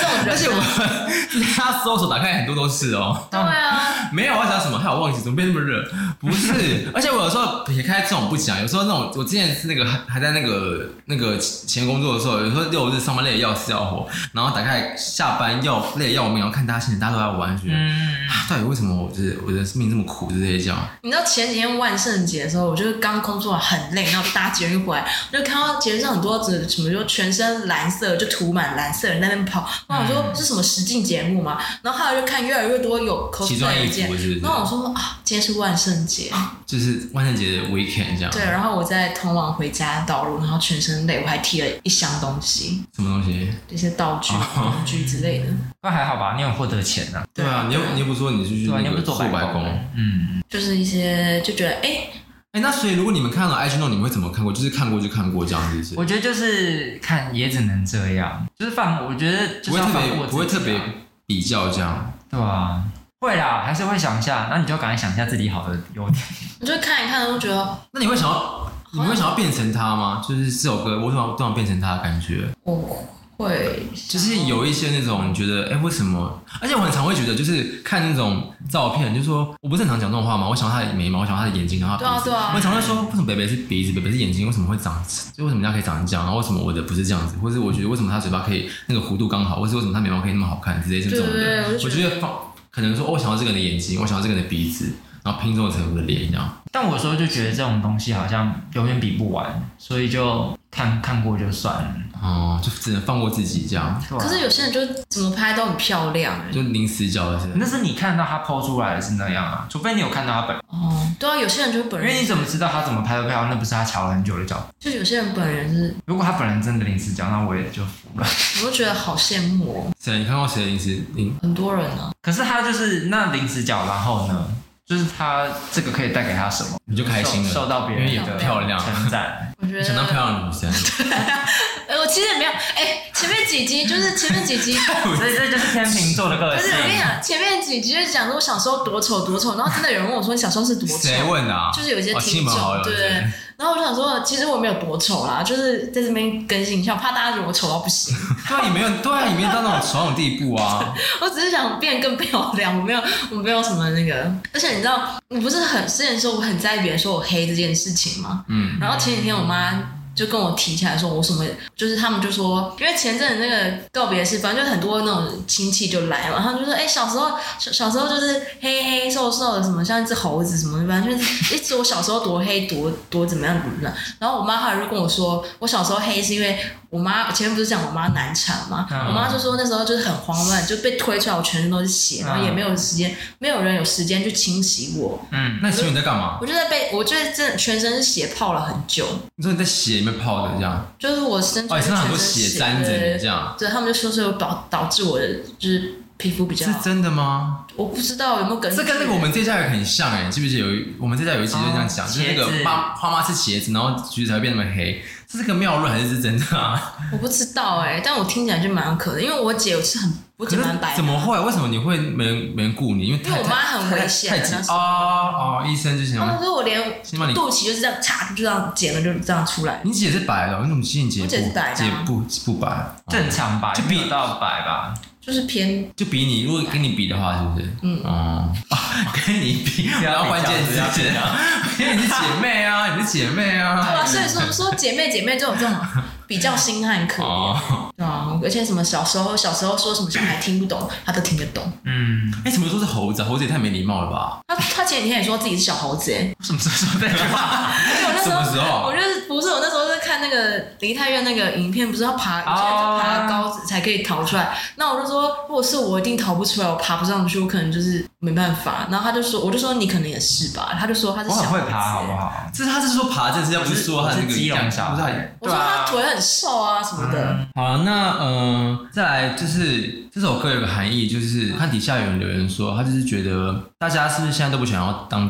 是他搜索打开很多都是哦。 对啊， 没有我要讲什么，害我忘记，怎么变那么热？不是，而且我有时候撇开这种不讲，有时候那种我之前是那个还在那个前工作的时候，有时候6日上班累得要死要活，然后打开下班要累得要命，然后看大家现在大家都在玩，觉得到底为什么我的命这么苦之类这样。 你知道前几天万圣节的时候，我就是刚工作很累，然后搭捷运回来，我就看到捷运上很多什么就全身蓝色，就涂满蓝色的人在那边跑，然后我说是什么实境节目嘛，然后后来就看越来越多有 cosplay 的件，然后我说今天是万圣节， 就是万圣节的 weekend 这样。 对，然后我在通往回家的道路，然后全身累，我还提了一箱东西。 什么东西？ 这些道具、工具之类的。 那还好吧，你有获得钱啊？ 对啊，你又不说你是去那个做白工， 就是一些就觉得那所以如果你们看了 IG Note， 你们会怎么看过？就是看过就看过这样子。 我觉得就是看也只能这样，就是我觉得就是要放过自己， 不会特别比较这样， 对吧？会啦，还是会想一下，那你就赶快想一下自己好的优点。 我就看一看，都觉得那你们会想要变成他吗？就是这首歌我多少变成他的感觉？ 我会， 就是有一些那种你觉得为什么？而且我很常会觉得，就是看那种照片，就说我不是很常讲这种话吗？我想到他的眉毛，我想到他的眼睛，然后他的鼻子。 对啊。 我常会说，为什么北北是鼻子，北北是眼睛，为什么会长？就为什么人家可以长成这样？然后为什么我的不是这样子？或者是我觉得为什么他嘴巴可以那个弧度刚好，或是为什么他眉毛可以那么好看之类这种的。 对， 我觉得可能说我想要这个人的眼睛，我想要这个人的鼻子。然后拼凑成我的脸这样， 但我有时候就觉得这种东西好像永远比不完，所以就看过就算了。 就只能放过自己这样。 可是有些人就怎么拍都很漂亮， 就零死角的是。 那是你看到他 po 出来的是那样啊，除非你有看到他本人。 对啊，有些人就是本人。 因为你怎么知道他怎么拍都漂亮？那不是他瞧了很久的角度。 就有些人本人是， 如果他本人真的零死角，那我也就服了。 我就觉得好羡慕哦。 谁？你看过谁的零死？ 很多人啊。 可是他就是那零死角，然后呢？就是他这个可以带给他什么， 你就开心了， 受到别人的漂亮称赞。 我觉得想当漂亮的女生。 对啊，我其实也没有，前面几集，所以这就是天秤座的个性。 不是，我跟你讲，前面几集就是讲说我小时候多丑，然后真的有人问我说你小时候是多丑？ 谁问的啊？ 就是有一些听众，对。然后我就想说，其实我没有多丑啦，就是在这边更新一下，我怕大家觉得我丑到不行。 对啊，也没有到那种丑的地步啊。 我只是想变更漂亮，我没有什么那个。而且你知道，你不是之前说我很在意别人说我黑这件事情吗？然后前几天我妈就跟我提起来说，我什么就是他们就说，因为前阵子那个告别式，反正就很多那种亲戚就来嘛，他们就说，小时候就是黑黑瘦瘦的，什么像一只猴子什么的，反正就是一直我小时候多黑多怎么样。然后我妈后来就跟我说，我小时候黑是因为我妈前面不是讲我妈难产嘛，我妈就说那时候就是很慌乱，就被推出来，我全身都是血，然后也没有人有时间去清洗我。 那请问你在干嘛？ 我就真的全身是血泡了很久。 你说你在血里面泡的这样？就是我身上很多血沾着你这样。 对，他们就说是有导致我的就是皮肤比较好。 是真的吗？ 我不知道有没有根据。 这跟那个我们这家人很像记不记得我们这家有一集就这样讲，就是那个花妈吃茄子，然后橘子才会变那么黑，这是个谬论还是真的啊？ 我不知道但我听起来就蛮可能，因为我姐我姐蛮白的。 怎么会？为什么你会没人顾你？因为我妈很危险。 医生就想。 他们说我连肚脐就是这样插，就这样剪了就这样出来。 你姐是白的，你怎么记你姐？ 我姐是白的。 姐不白， 正常白，就比到白吧。 就是偏， 就比你，如果跟你比的话，是不是？跟你比，然后关键字因为你是姐妹啊，你是姐妹啊。 对啊，所以说姐妹就有这种比较心汉可怜，对啊，而且什么小时候说什么小孩听不懂，他都听得懂。 什么时候是猴子？猴子也太没礼貌了吧？ 他前几天也说自己是小猴子什么时候说这句话？ 什么时候？ 我就是不是我那时候是看那个梨泰院那个影片，不是要爬，爬高才可以逃出来。那我就说，如果是我一定逃不出来，我爬不上去，我可能就是没办法。然后他就说，我就说你可能也是吧。他就说他是小猴子。 我很会爬，好不好？ 他是说爬这是不是说他那个基隆小孩？ 我说他腿很瘦啊什么的。 好，那再来就是这首歌有个含义，就是看底下有人留言说，他就是觉得大家是不是现在都不想要当自己，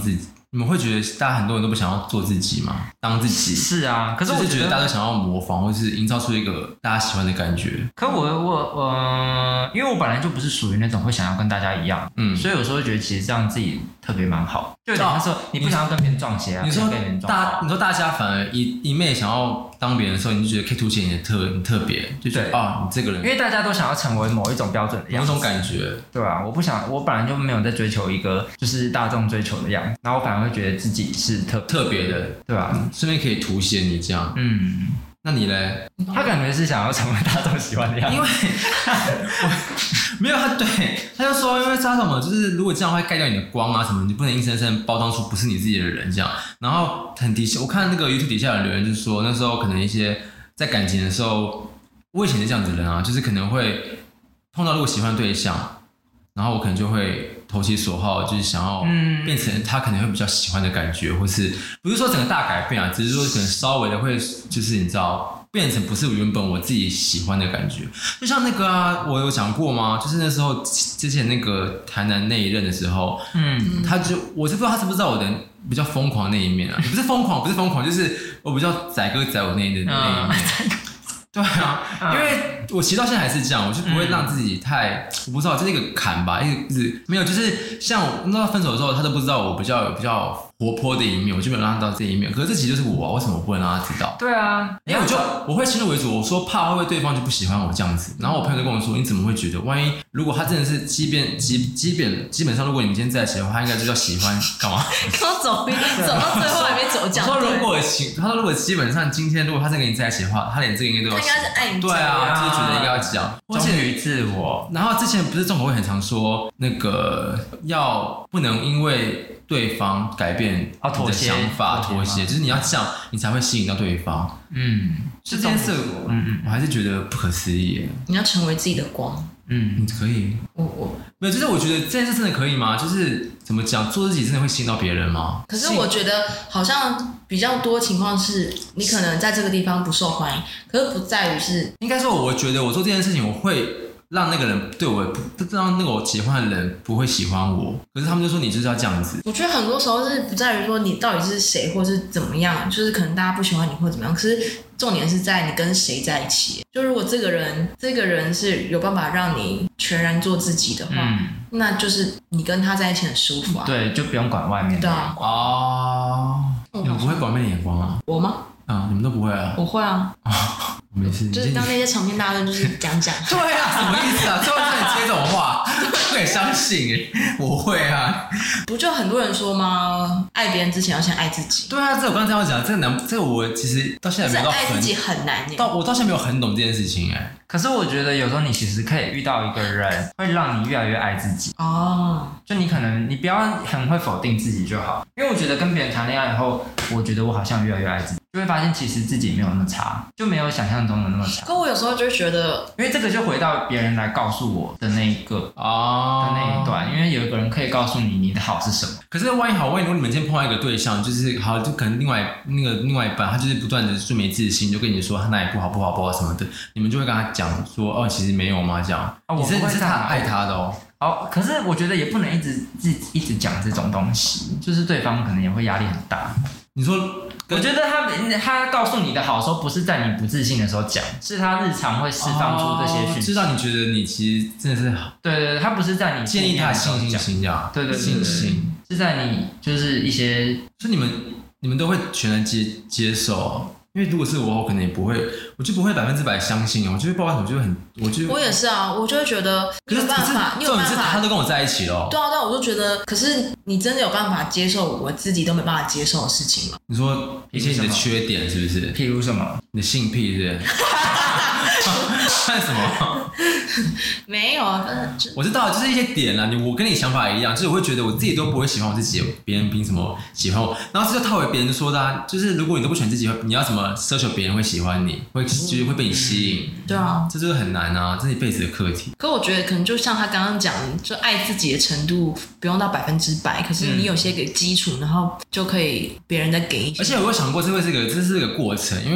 你们会觉得大家很多人都不想要做自己吗？当自己是啊，可是我觉得大家都想要模仿，或是营造出一个大家喜欢的感觉。 可因为我本来就不是属于那种会想要跟大家一样，所以有时候觉得其实这样自己特别蛮好。就有点像说你不想要跟别人撞鞋啊， 你说大家反而一昧想要当别人的时候，你就觉得可以凸显你的特别，就觉得你这个人， 因为大家都想要成为某一种标准的样子， 某种感觉， 对啊，我本来就没有在追求一个就是大众追求的样子，然后我反而会觉得自己是特别的，对吧？ 顺便可以凸显你这样，那你嘞？ 他感觉是想要成为大众喜欢的样子， 因为没有他就说，因为知道什么，就是如果这样会盖掉你的光啊什么，你不能硬生生包装出不是你自己的人这样。然后很底下，我看那个 YouTube 底下有留言，就是说那时候可能一些在感情的时候，我以前是这样子的人啊，就是可能会碰到如果喜欢对象，然后我可能就会投其所好，就是想要变成他可能会比较喜欢的感觉，或是不是说整个大改变啊，只是说可能稍微的会就是你知道。变成不是原本我自己喜欢的感觉，就像那个啊，我有讲过吗？就是那时候之前那个台南那一任的时候，我是不知道他知不知道我的比较疯狂的那一面啊，不是疯狂，就是我比较载歌载舞那一面。对啊，因为我其实到现在还是这样，我就不会让自己太，我不知道这是一个坎吧，一直没有，就是像我那分手的时候，他都不知道我比较活泼的一面，我就没有让他知道这一面。可是这其实就是我，为什么我不能让他知道？ 对啊， 因为我会先入为主，我说怕会不会对方就不喜欢我这样子。然后我朋友就跟我说，你怎么会觉得？万一如果他真的是基本上，如果你们今天在一起的话，他应该就叫喜欢干嘛？ 刚走到最后还没走讲。 他说如果基本上今天如果他真的跟你在一起的话，他连这个应该都要。 他应该是爱你。 对啊，就是觉得应该要讲， 忠于自我。 然后之前不是中国会很常说那个不能因为对方改变你的想法妥协，就是你要这样，你才会吸引到对方。这件事，我还是觉得不可思议。 你要成为自己的光。 你可以。 我没有，就是我觉得这件事真的可以吗？就是怎么讲，做自己真的会吸引到别人吗？ 可是我觉得好像比较多情况是，你可能在这个地方不受欢迎，可是不在于是， 应该说，我觉得我做这件事情，我会让那个人对我让那个我喜欢的人不会喜欢我，可是他们就说你就是要这样子。 我觉得很多时候是不在于说你到底是谁或是怎么样，就是可能大家不喜欢你或怎么样，可是重点是在你跟谁在一起。就如果这个人是有办法让你全然做自己的话，那就是你跟他在一起很舒服啊。 对，就不用管外面的眼光。 你们不会管外面的眼光啊？ 我吗？ 你们都不会啊？ 我会啊。 没事， 就是当那些长篇大论就是讲。 对啊，什么意思啊？最后叫你接这种话，不敢相信我会啊。 不就很多人说吗？爱别人之前要先爱自己。 对啊，这我刚才讲，这个我其实到现在没有爱自己很难耶。 我到现在没有很懂这件事情可是我觉得有时候你其实可以遇到一个人，会让你越来越爱自己。就你可能你不要很会否定自己就好，因为我觉得跟别人谈恋爱以后，我觉得我好像越来越爱自己，就会发现其实自己没有那么差，就没有想象中的那么差。 可我有时候就会觉得， 因为这个就回到别人来告诉我的那一个的那一段，因为有一个人可以告诉你的好是什么。 可是万一如果你们今天碰到一个对象，就是好，就可能另外一半他就是不断的就没自信，就跟你说他哪里不好什么的，你们就会跟他讲说其实没有吗？这样你是他爱他的可是我觉得也不能一直讲这种东西，就是对方可能也会压力很大。 你说， 我觉得他告诉你的好的时候，不是在你不自信的时候讲，是他日常会释放出这些讯息， 知道你觉得你其实真的是好。 对，他不是在你建立他的信心讲， 对， 信心是在你就是一些， 所以你们都会全然接受。因为如果是我可能也不会，我就不会100%相信我就会不知道为什么我也是啊，我就会觉得你有办法， 他都跟我在一起了。 对啊，我就觉得，可是你真的有办法接受我自己都没办法接受的事情吗？ 你说一些你的缺点是不是？ 譬如什么？ 你的性癖是不是？看什么？ 没有啊， 我知道，就是一些点啦。我跟你想法一样，就是我会觉得我自己都不会喜欢我自己，别人凭什么喜欢我？然后这就套回别人说的就是如果你都不喜欢自己，你要怎么奢求别人会喜欢你，就是会被你吸引？ 对啊， 这就是很难啊，这是一辈子的课题。 可我觉得可能就像他刚刚讲，就爱自己的程度不用到100%，可是你有些个基础，然后就可以别人再给一些。 而且我有想过，这是个过程，因为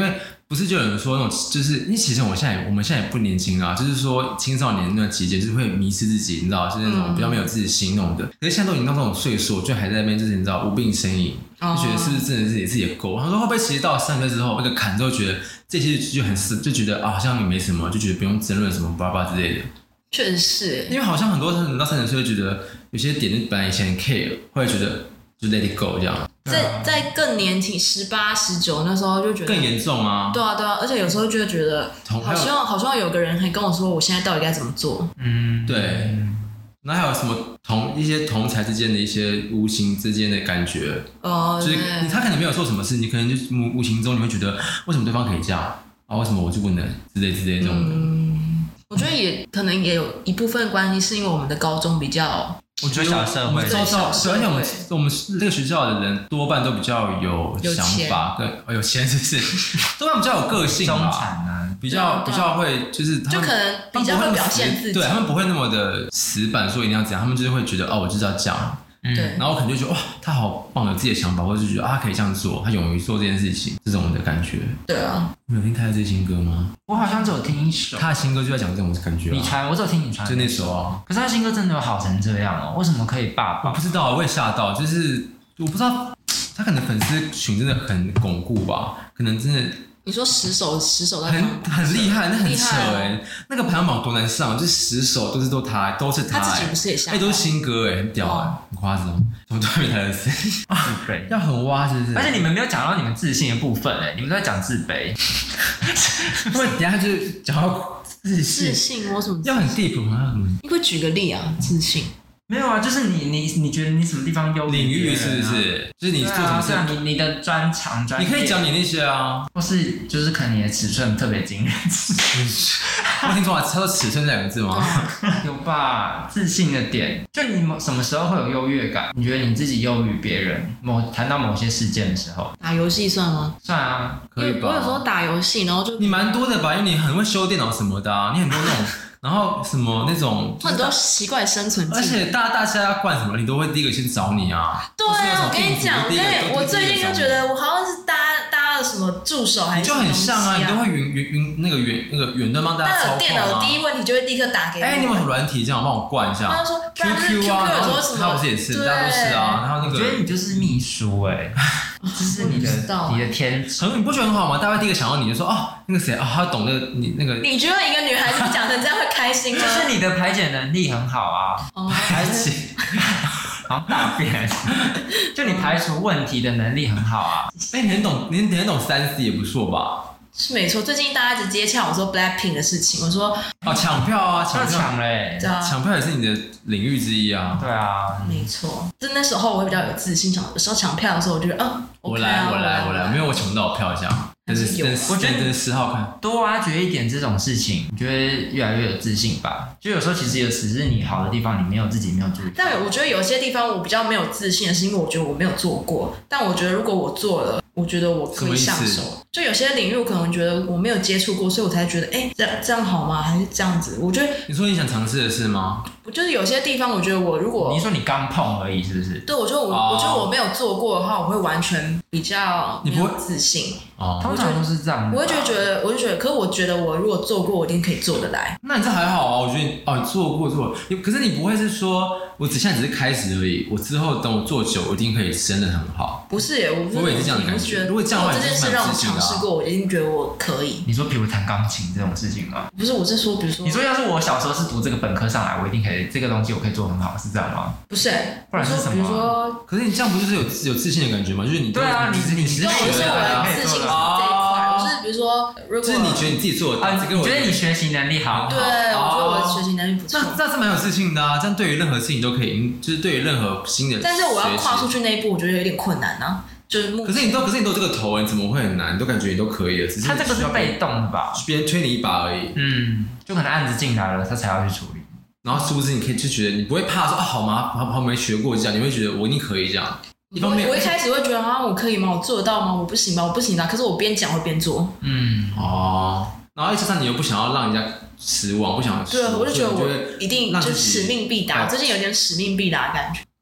不是就有人说那种，就是因为其实我们现在也不年轻啊，就是说青少年那段期间就是会迷失自己，你知道，就是那种比较没有自己心弄的。可是现在都已经到这种岁数，就还在那边就是你知道无病呻吟，就觉得是不是真的是你自己的够？他说会不会其实到30岁之后那个坎之后，觉得这些就很就觉得好像也没什么，就觉得不用争论什么巴拉之类的。 确实是， 因为好像很多人到30岁就觉得有些点本来以前很 care， 会觉得就 let it go 这样。 在更年轻18、19那时候就觉得更严重啊。 对啊，而且有时候就会觉得好像有个人还跟我说我现在到底该怎么做。 对。那还有什么一些同才之间的一些无形之间的感觉？就是他可能没有做什么事，你可能就无形中你会觉得为什么对方可以这样啊？为什么我就不能之类这种的。 我觉得也可能也有一部分关系是因为我们的高中比较。 我觉得小社会， 而且我们这个学校的人多半都比较有想法，有钱是不是？多半比较有个性吧， 中产啊， 比较会就是他们就可能比较会表现自己， 对他们不会那么的死板说一定要怎样，他们就是会觉得我就是要这样。 对， 然后我可能就觉得哇，他好棒，有自己的想法，或者就觉得他可以这样做，他勇于做这件事情，这种的感觉。 对啊， 你有听他的这新歌吗？ 我好像只有听一首， 他的新歌就在讲这种感觉。 你传，我只有听你传， 就那首啊。 可是他新歌真的有好成这样哦？为什么可以霸榜？ 我不知道，我也吓到，就是我不知道他可能粉丝群真的很巩固吧，可能真的。 你说10首在很厉害，那很扯那个排行榜多难上，就10首都是他自己不是也下都是新歌很屌很夸张，怎么都没他的事对， 要很挖是不是？ 而且你们没有讲到你们自信的部分你们都在讲自卑， 因为等一下就是讲到自信，我什么要很 deep 吗？ 你会举个例啊？自信。 没有啊，就是你觉得你什么地方优领域是不是？就是你做什么事你的专长你可以讲你那些啊， 或是就是可能你的尺寸特别惊人。 我听说他说尺寸2个字吗？ 有吧，自信的点，就你什么时候会有优越感？你觉得你自己优于别人？谈到某些事件的时候， 打游戏算吗？ 算啊， 可以吧？ 我有时候打游戏，然后就你蛮多的吧，因为你很会修电脑什么的你很多那种。然后什么那种， 很多奇怪的生存技能， 而且大家要灌什么，你都会第一个先找你啊。 对啊，我跟你讲，我最近就觉得我好像是大家的什么助手还是什么东西就很像啊，你都会那个远端帮大家操控啊。 但有电脑第一问题就会立刻打给我。 你有没有软体这样帮我灌一下？ 他就说 QQ 啊，然后他不是也是，大家都是啊。然后那个， 我觉得你就是秘书这是你的天职。 你不觉得很好吗？大家第一个想到你就说那个谁他懂得你那个。 你觉得一个女孩子讲成这样会开心吗？ 就是你的排解能力很好啊， 排解， 好大便，就你排除问题的能力很好啊。 你很懂3C 也不错吧？ 是没错，最近大家一直接洽我说 Blackpink 的事情，我说抢票啊， 抢嘞， 抢票也是你的领域之一啊。 对啊， 没错，就那时候我会比较有自信，有时候抢票的时候我就觉得我来，没有我抢不到我票这样。但是我觉得真10号看多挖掘一点这种事情，你觉得越来越有自信吧？就有时候其实只是你好的地方，你自己没有注意。 但我觉得有些地方我比较没有自信的是因为我觉得我没有做过，但我觉得如果我做了，我觉得我可以上手。就有些领域我可能觉得我没有接触过，所以我才觉得这样好吗？还是这样子？我觉得你说你想尝试的是吗？ 我就是有些地方我觉得我如果你说你刚碰而已是不是？ 对，我觉得我没有做过的话，我会完全比较没有自信。 通常都是这样。 我就觉得，可是我觉得我如果做过，我一定可以做得来。 那你这还好啊，我觉得你做过，可是你不会是说我现在只是开始而已，我之后等我做久，我一定可以真的很好。 不是我也是这样的感觉。如果这样的话， 这件事让我尝试过，我一定觉得我可以。 你说比如弹钢琴这种事情吗？ 不是，我是说，比如说， 你说要是我小时候是读这个本科上来，我一定可以这个东西我可以做很好，是这样吗？ 不是， 不然是什么？ 比如说， 可是你这样不就是有自信的感觉吗？就是你对啊，你是学的自信这一块。就是比如说， 就是你觉得你自己做的， 你觉得你学习能力好， 对，我觉得我的学习能力不错。 那是蛮有自信的啊，这样对于任何事情都可以，就是对于任何新的。 但是我要跨出去那一步，我觉得有点困难啊。就是可是你都这个头，你怎么会很难？你都感觉你都可以了，只是他这个是被动的吧？ 别人推你一把而已。 就可能案子进来了，他才要去处理。 然后殊不知你可以就觉得你不会怕说好没学过这样，你会觉得我一定可以这样。 我一开始会觉得我可以吗？我做得到吗？我不行吧？我不行啊！可是我边讲会边做。 然后加上你又不想要让人家失望，不想对，我就觉得我一定就使命必达。最近有点使命必达的感觉。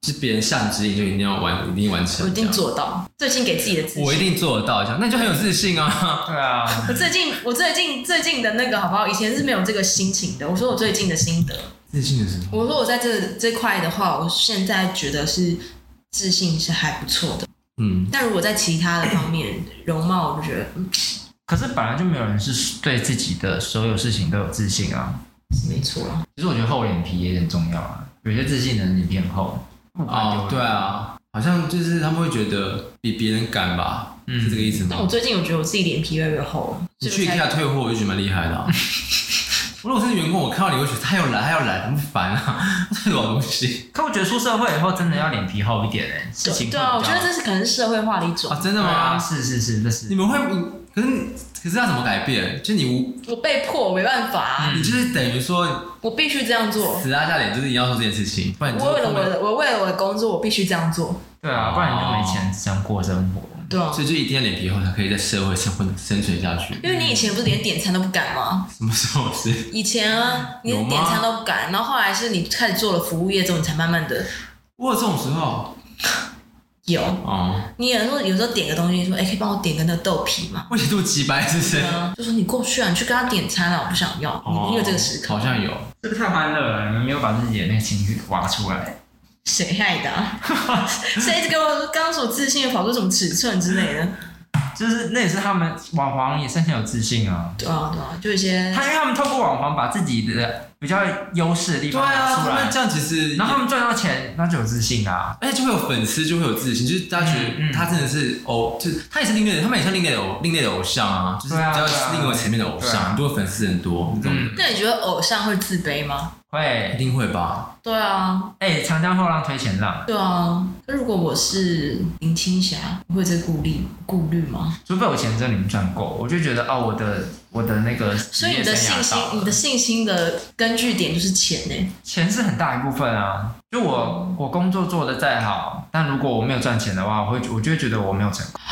是别人下指令就一定要一定完成。 我一定做到，最近给自己的自信。 我一定做得到，这样那就很有自信啊。 对啊， 我最近的那个好不好？以前是没有这个心情的。我说我最近的心得， 自信的时候， 我说我在这块的话，我现在觉得是自信是还不错的。但如果在其他的方面，容貌我就觉得， 可是本来就没有人是对自己的所有事情都有自信啊。 没错啊。 其实我觉得厚脸皮也很重要啊，有些自信的人脸皮很厚。 对啊，好像就是他们会觉得比别人敢吧，是这个意思吗？ 但我最近我觉得我自己脸皮越来越厚了。 你去 IKEA 退货，我就觉得蛮厉害的啊。如果是员工，我看到你会觉得他要来，很烦啊，这种东西。 可我觉得出社会以后真的要脸皮厚一点事情对啊，我觉得这是可能是社会化的一种啊，真的吗？ 是，这是。 你们会，可是要怎么改变？就我被迫，我没办法。 你就是等于说， 我必须这样做， 死拉下脸，就是一定要做这件事情，不然我为了我的工作，我必须这样做。 对啊，不然你就没钱这样过生活。 对啊， 所以就一定要脸皮厚，才可以在社会上生存下去。 因为你以前不是连点餐都不敢吗？ 什么时候是？ 以前啊，你连点餐都不敢，然后后来是你开始做了服务业之后，你才慢慢的。 我有这种时候。 有你有时候点个东西，说可以帮我点个那个豆皮吗？ 我以前这么鸡掰，是不是？ 就说你过去啊，你去跟他点餐啊，我不想要。你有这个时刻？ 好像有。 这个太欢乐了，你们没有把自己的那个情绪挖出来。 谁害的？谁一直给我刚刚所自信的跑出什么尺寸之类的？ 就是那也是他们网黄也是很有自信啊。 对啊，就一些因为他们透过网黄把自己的比较优势的地方拿出来， 他们这样其实， 然后他们赚到钱，那就有自信啊， 而且就会有粉丝，就会有自信，就是大家觉得他真的是就是他也是另类的，他们也像另类的偶像啊，就是比较另外层面的偶像，很多粉丝很多那种。 那你觉得偶像会自卑吗？ 会， 一定会吧？ 对啊， 长江后浪推前浪。 对啊，那如果我是林青霞，我会有这个顾虑吗？ 除非我钱真的零赚够，我就觉得我的那个， 所以你的信心的根据点就是钱呢？ 钱是很大一部分啊。就我工作做得再好，但如果我没有赚钱的话，我就会觉得我没有成功。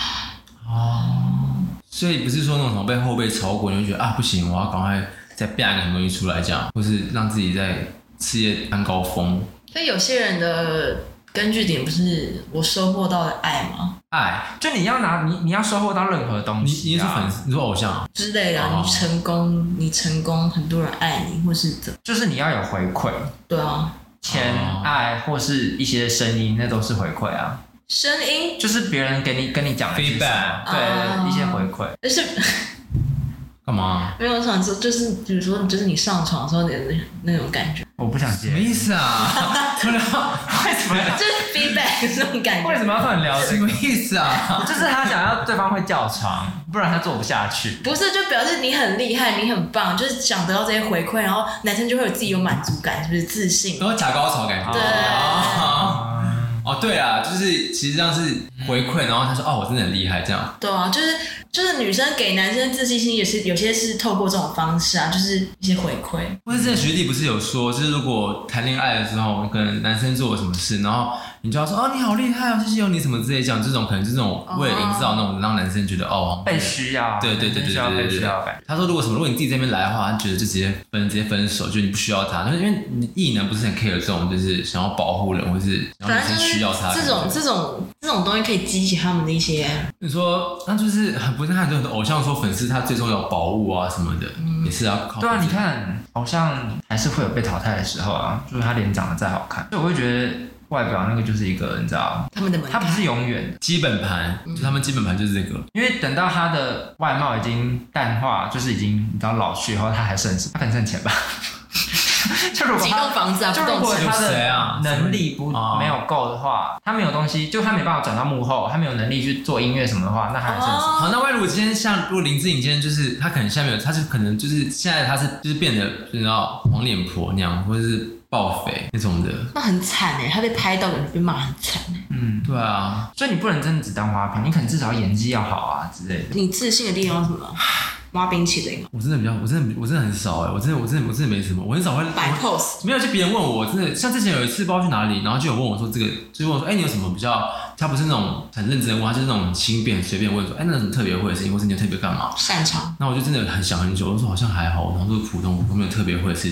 所以不是说那种什么被后辈超过，你会觉得不行，我要赶快再变一个什么东西出来，这样，或是让自己在事业攀高峰。 所以有些人的根据点不是我收获到的爱吗？ 爱， 就你要收获到任何东西。 你是粉丝，你说偶像之类的，你成功，很多人爱你，或是就是你要有回馈。 对啊， 钱、爱或是一些声音，那都是回馈啊。 声音就是别人跟你讲的 feedback， 对，一些回馈。 但是干嘛？ 没有，我想说，就是比如说，就是你上床的时候的那种感觉。 我不想接。 什么意思啊？ 为什么？ 就是 feedback 这种感觉。 为什么要突然聊这个？ 什么意思啊？ 就是他想要对方会叫床，不然他做不下去。 不是，就表示你很厉害，你很棒，就是想得到这些回馈，然后男生就会有自己有满足感，是不是自信？ 然后假高潮感觉。 对。 对啊，就是其实这样是回馈，然后他说我真的很厉害这样。 对啊，就是女生给男生自信心也是有些是透过这种方式啊，就是一些回馈。 或者之前学弟不是有说，就是如果谈恋爱的时候跟男生做了什么事，然后你就要说你好厉害谢谢有你什么之类讲，这种可能是这种为了营造那种让男生觉得被需要。 对。他说如果你自己这边来的话，他觉得就直接分手，就你不需要他。因为你异男不是很 care 这种，就是想要保护人或是想要女生需要他。 这种东西可以激起他们的一些。你说那就是不是很多偶像说粉丝他最重要保护啊什么的，也是要靠。 对啊，你看偶像还是会有被淘汰的时候啊，就是他脸长得再好看，所以我会觉得外表那个就是一个你知道， 他们的门槛， 他不是永远基本盘，就他们基本盘就是这个。 因为等到他的外貌已经淡化，就是已经你知道老去以后，他还剩什么？他可能剩钱吧。就如果几栋房子啊， 就如果他的能力没有够的话，他没有东西，就他没办法转到幕后，他没有能力去做音乐什么的话，那还剩什么？ 好，那如果今天如果林志颖今天就是他可能下面有，他就可能就是现在他是就是变得你知道黄脸婆那样，或者是暴肥那种的， 那很惨他被拍到的人被骂很惨对啊， 所以你不能真的只当花瓶，你可能至少演技要好啊之类的。 你自信的地方是什么？挖冰淇淋吗？ 我真的很少我真的没什么，我很少会摆 pose。 没有，就别人问我，真的像之前有一次不知道去哪里，然后就有问我说就问我说，你有什么比较？他不是那种很认真的问，他就是那种轻便随便问说，那有什么特别会的事情，或是你有特别干嘛？ 擅长。 那我就真的很想很久，我说好像还好，然后说普通，我没有特别会的事情。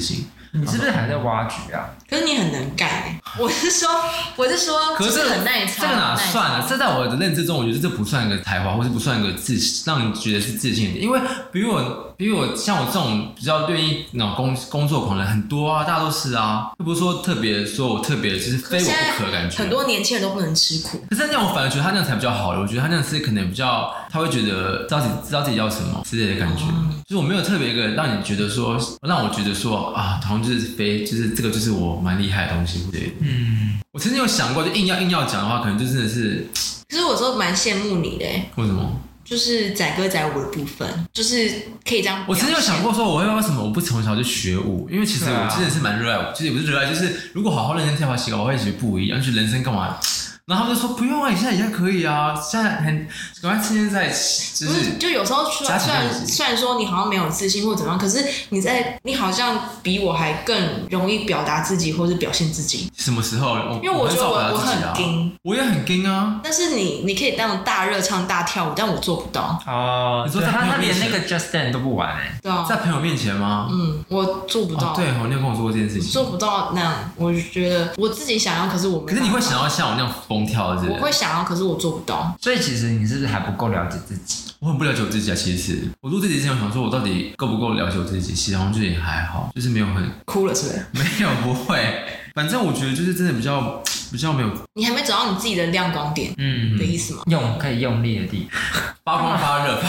你是不是还在挖掘啊？ 可是你很能干哎，我是说， 可是很耐操。 这个哪算啊？这在我的认知中，我觉得这不算一个才华，或是不算一个让你觉得是自信的点。因为比我像我这种比较愿意那种工作狂人很多啊，大家都是啊，又不是说特别说我特别就是非我不可的感觉。 很多年轻人都不能吃苦。 可是那样我反而觉得他那样才比较好的，我觉得他那样是可能比较他会觉得知道自己要什么之类的感觉。就是我没有特别一个让你觉得说让我觉得说啊，好像就是这个就是我蛮厉害的东西之类的。我曾经有想过，就硬要讲的话，可能就真的是。 可是我说蛮羡慕你的。 为什么？ 就是载歌载舞的部分，就是可以这样。 我曾经有想过说，我为什么我不从小就学舞？因为其实我真的是蛮热爱舞，就是也不是热爱，就是如果好好认真跳起来，我会觉得不一样。就是人生干嘛？然后他们就说不用啊，你现在可以啊，现在赶快趁现在就是就有时候虽然说你好像没有自信或怎么样，可是你好像比我还更容易表达自己或是表现自己。 什么时候？ 因为我觉得我很硬， 我也很硬啊。 但是你可以那种大热唱大跳舞，但我做不到。 哦，你说他连那个 Just Dance 都不玩哎。 对啊， 在朋友面前吗？ 我做不到。 对，你有跟我说过这件事情。 做不到那样，我就觉得我自己想要，可是我没。 可是你会想要像我那样疯跳的？ 我会想要，可是我做不到。 所以其实你是不是还不够了解自己？ 我很不了解我自己啊。其实我录这集之前，我想说我到底够不够了解我自己？其实好像就也还好，就是没有很哭了，是不是？ 没有，不会。反正我觉得就是真的比较没有。 你还没找到你自己的亮光点，的意思吗？ 可以用力的地方， 发光发热。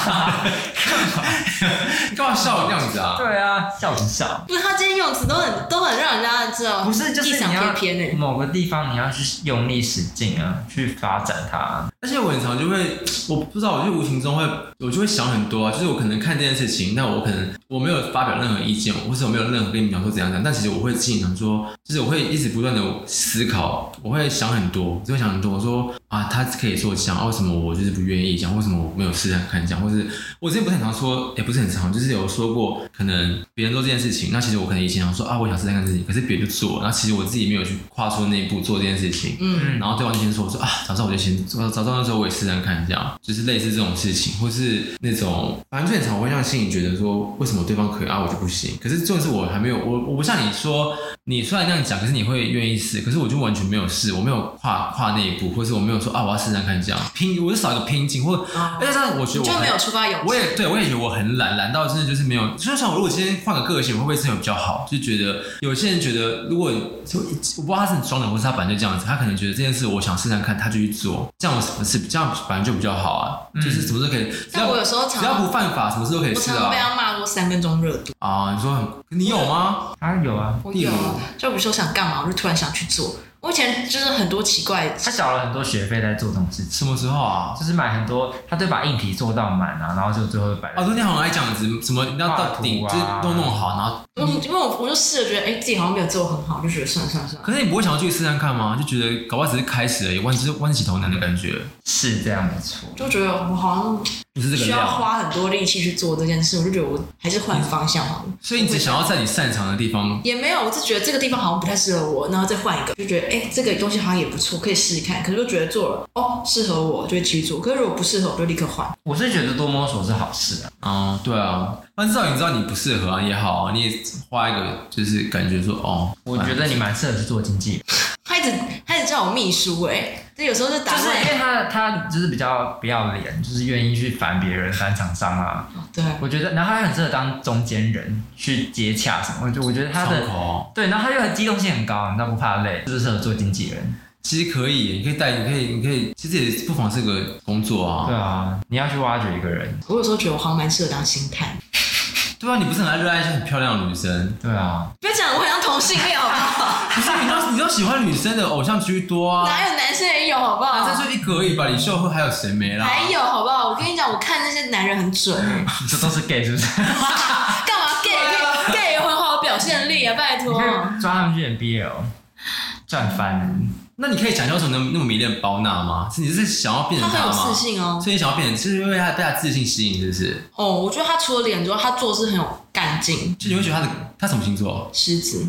你干嘛笑成这样子啊？ 对啊，笑什么笑？ 不是，他这些用词都很让人家知道， 不是就是你要偏某个地方你要去用力使劲啊，去发展它。 而且我很常就会，我不知道，我就无形中我就会想很多啊。就是我可能看这件事情，那我没有发表任何意见，或是我没有任何跟你讲说怎样，但其实我会自己想说，就是我会一直不断的思考，我会想很多，我想很多。我说啊，他可以说讲，为什么我就是不愿意讲？为什么我没有试着看讲？或是我之前不是很常说，也不是很常，就是有说过，可能别人做这件事情，那其实我可能以前想说啊，我想试着看事情，可是别人就做，然后其实我自己没有去跨出那一步做这件事情，然后对方就先说，我说啊，早知道我就先做，早知道那时候我也试着看这样，就是类似这种事情，或是那种反正就很常我会让心里觉得说，为什么对方可以啊，我就不行？可是重点是我还没有，我不像你说，你虽然那样讲，可是你会愿意试，可是我就完全没有试，我没有跨那一步，或是我没有说啊，我要试着看这样我就少一个拼劲，或而且这样我觉得就没有出发勇气。 我也觉得我很懒到真的就是没有，就像我如果今天换个个性，会不会真的比较好？就觉得有些人觉得，如果我不知道他是很装的，或是他本来就这样子，他可能觉得这件事我想试试看，他就去做，这样本来就比较好啊，就是什么事都可以， 但我有时候只要不犯法，什么事都可以试啊。 我常被他骂过3分钟热度啊，你说你有吗？ 有啊， 我有啊，就比如说想干嘛，我就突然想去做。我以前就是很多奇怪的， 他缴了很多学费在做这种事情。 什么时候啊？ 就是买很多，他就把硬体做到满啊，然后就最后摆。 对，你好像爱这样子，什么你要到顶，就是都弄好，然后。 因为我就试了，觉得自己好像没有做很好，就觉得算了。 可是你不会想要去试试看吗？就觉得搞不好只是开始而已，弯起头难的感觉。 是这样没错。 就觉得我好像不是这个需要花很多力气去做这件事，我就觉得我还是换方向好了。 所以你只想要在你擅长的地方。 也没有，我是觉得这个地方好像不太适合我，然后再换一个，就觉得这个东西好像也不错，可以试试看。可是就觉得做了适合我，就会继续做。可是如果不适合，我就立刻换。 我是觉得多摸索是好事啊。 对啊，但至少你知道你不适合啊也好啊，你也花一个就是感觉说我觉得你蛮适合去做经纪人。 他一直叫我秘书这有时候就打就是因为他就是比较不要脸，就是愿意去烦别人、烦厂商啊。 对， 我觉得，然后他很适合当中间人去接洽什么。我觉得他的对，然后他又很机动性很高，你知道不怕累，就是适合做经纪人。 其实可以，你可以带，你可以，其实也不妨是个工作啊。 对啊，你要去挖掘一个人。 我有时候觉得我好像蛮适合当星探。 对啊，你不是很热爱一些很漂亮的女生？ 对啊。 不要讲我很像同性恋好不好？ 不是，你都喜欢女生的偶像居多啊。 哪有男生也有好不好？ 男生就一个而已吧，李秀慧还有谁没啦？ 还有好不好？我跟你讲，我看那些男人很准你这都是 gay 是不是？ 干嘛 gay 有很好的表现力啊，拜托。 你可以抓他们去演 BL， 赚翻。 那你可以讲究什么那么迷恋包娜吗？你是想要变成他吗？ 他很有自信哦， 所以你想要变成，是因为被他自信吸引，是不是？ 我觉得他除了脸之外，他做事很有干劲。 就你会觉得他什么星座？ 狮子。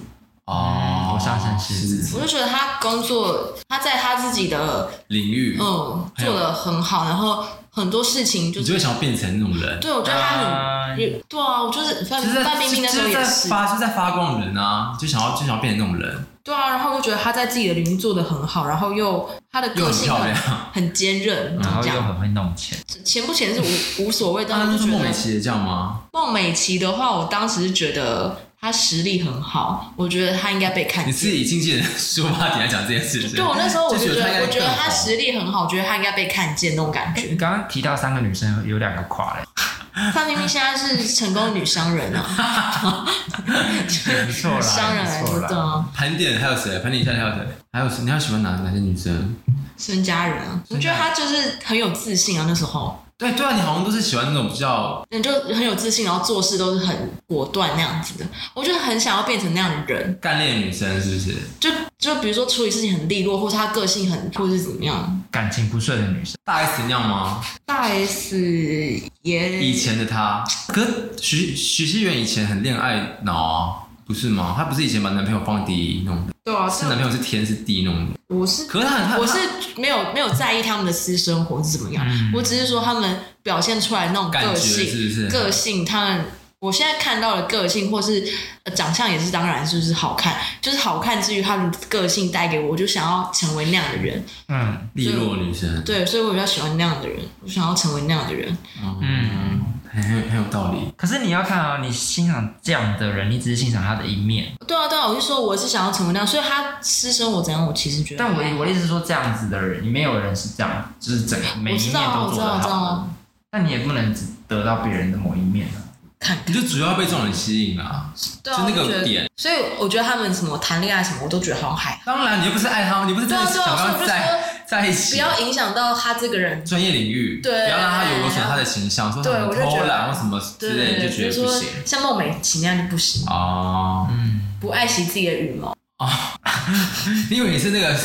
我上升狮子， 我就觉得他工作，他在他自己的领域， 做得很好，然后很多事情就是， 你就会想要变成那种人。 对，我觉得他很，对啊，我就是范冰冰那时候也是， 就是在发光的人啊，就想要变成那种人。 对啊，然后我就觉得他在自己的领域做得很好，然后他的个性很坚韧， 然后又很会弄钱。 钱不钱是无所谓，但是就是孟美岐也这样吗？ 孟美岐的话，我当时是觉得他实力很好，我觉得他应该被看见。 你是以经纪人出发点来讲这件事情？ 对，我那时候我就觉得他实力很好，我觉得他应该被看见那种感觉。 你刚刚提到3个女生，有2个垮了。 范冰冰现在是成功女商人啊， 不错啦， 商人来着的。 盘点还有谁？盘点一下还有谁？还有你还喜欢哪些女生？ 孙佳人啊，我觉得她就是很有自信啊，那时候。 对啊，你好像都是喜欢那种比较， 你就很有自信，然后做事都是很果断那样子的。我就很想要变成那样的人。 干练女生是不是？ 就比如说处理事情很利落，或是她个性很，或是怎么样。 感情不顺的女生， 大 S 那样吗？ 大 S 也以前的她，可是许熙媛以前很恋爱脑啊，不是吗？她不是以前把男朋友放第一弄的？ 对啊， 是男朋友是天是地弄的。 我是没有在意他们的私生活是怎么样，我只是说他们表现出来那种个性， 是不是？个性，他们我现在看到的个性或是长相也是，当然就是好看，就是好看之余，他们个性带给我，我就想要成为那样的人。 利落女生。 对，所以我比较喜欢那样的人，我想要成为那样的人。 很有道理。 可是你要看啊，你欣赏这样的人，你只是欣赏他的一面。 对啊，我就说我是想要成为那样，所以他私生活怎样，我其实觉得。 但我的意思是说，这样子的人，你没有人是这样，就是整个每一面都做得好。但你也不能只得到别人的某一面啊。 你就主要被这种人吸引啊，就那个点。 所以我觉得他们什么谈恋爱什么，我都觉得好像还。 当然，你又不是爱他们，你不是真的想要在一起， 不要影响到他这个人专业领域， 对， 不要让他有损他的形象，说他们偷懒或什么之类，你就觉得不行。 像孟美岐那样就不行哦， 不爱惜自己的羽毛哦，因为你是那个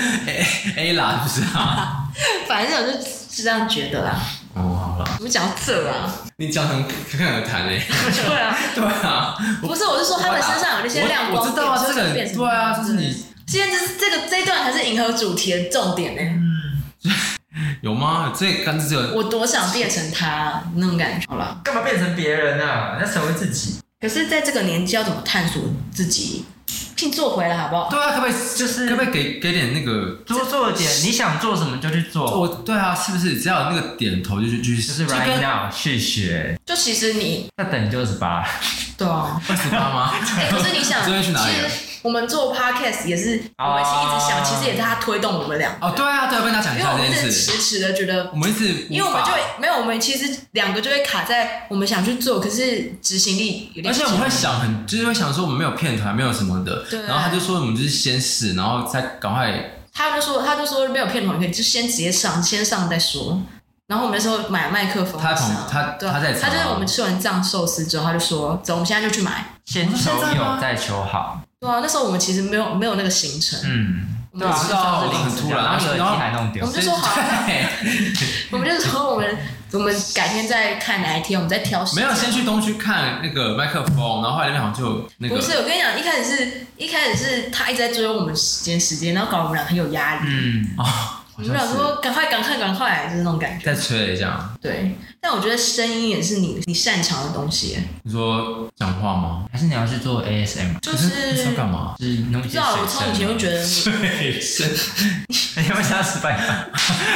A 啦，不是啊？ 反正我就是这样觉得啦。 好了， 我们讲到这啊， 你讲很侃侃而谈嘞。 对啊， 对啊， 不是，我是说他们身上有那些亮光点， 我知道啊，这个对啊，就是你。 现在这一段才是迎合主题的重点呢。 有吗？这个我多想变成他那种感觉。好了， 干嘛变成别人啊？要成为自己。 可是在这个年纪要怎么探索自己？请做回来好不好？ 对啊，可不可以给点那个多做点，你想做什么就去做。 对啊，是不是只要有那个点头就去就是 right now 去学。 就其实你那等你就28。 对啊 ，28吗？ 可是你想， 昨天去哪里？ 我们做 podcast 也是，我们一直想，其实也是他推动我们俩。 对啊，跟他讲一下这件事。因为我们一直迟的觉得， 我们一直因为我们就没有，我们其实2个就会卡在我们想去做，可是执行力有点。 而且我们会想就是会想说我们没有片团，没有什么的。对。然后他就说我们就是先试，然后再赶快。他就说没有片团，可以就先直接上，先上再说。然后我们那时候买麦克风，他在，他就是我们吃完藏寿司之后，他就说走，我们现在就去买。 先求有，再求好。 对啊，那时候我们其实没有那个行程。 对啊，知道很突然， 然后耳机还弄丢。 我们就说好，我们就说我们改天再看哪一天，我们再挑时间。 没有，先去东区看那个麦克风，然后后来那边好像就那个。 不是，我跟你讲，一开始是他一直在追我们时间，然后搞得我们俩很有压力。我们俩说赶快，就是那种感觉。 再催了一下。 对，但我觉得声音也是你擅长的东西。 你说讲话吗？ 还是你要去做 ASM？ 就是要干嘛？ 就是弄一些水声。 我从以前就觉得水声， 你要不要下次拜访？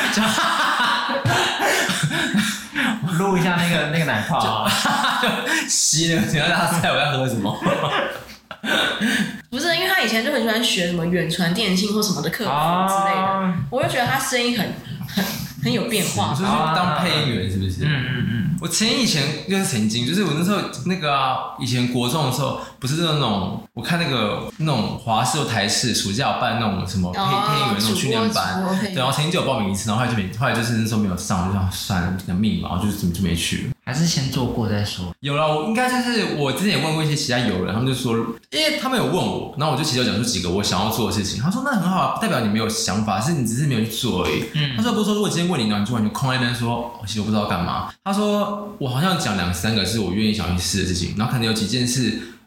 录一下那个奶泡啊， 就吸那个，你要大赛我要喝什么？ 不是，因为他以前就很喜欢学什么远传电信或什么的课程之类的，我就觉得他声音很有变化。 你说去当配音员是不是？我以前就是曾经，就是我那时候那个以前国中的时候，不是那种我看那种华视或台视暑假有办那种什么配音员那种训练班，对，然后曾经就有报名一次，然后后来就是那时候没有上，就想算了，那命嘛，然后就没去。 还是先做过再说。 有啦，我应该就是我之前也问过一些其他友人，他们就说，因为他们有问我，然后我就其实有讲出几个我想要做的事情。他说那很好，代表你没有想法，是你只是没有去做而已。他说不是说如果今天问你，然后你就完全空在那边说，其实我不知道干嘛。他说我好像讲2-3个是我愿意想去试的事情，然后可能有几件事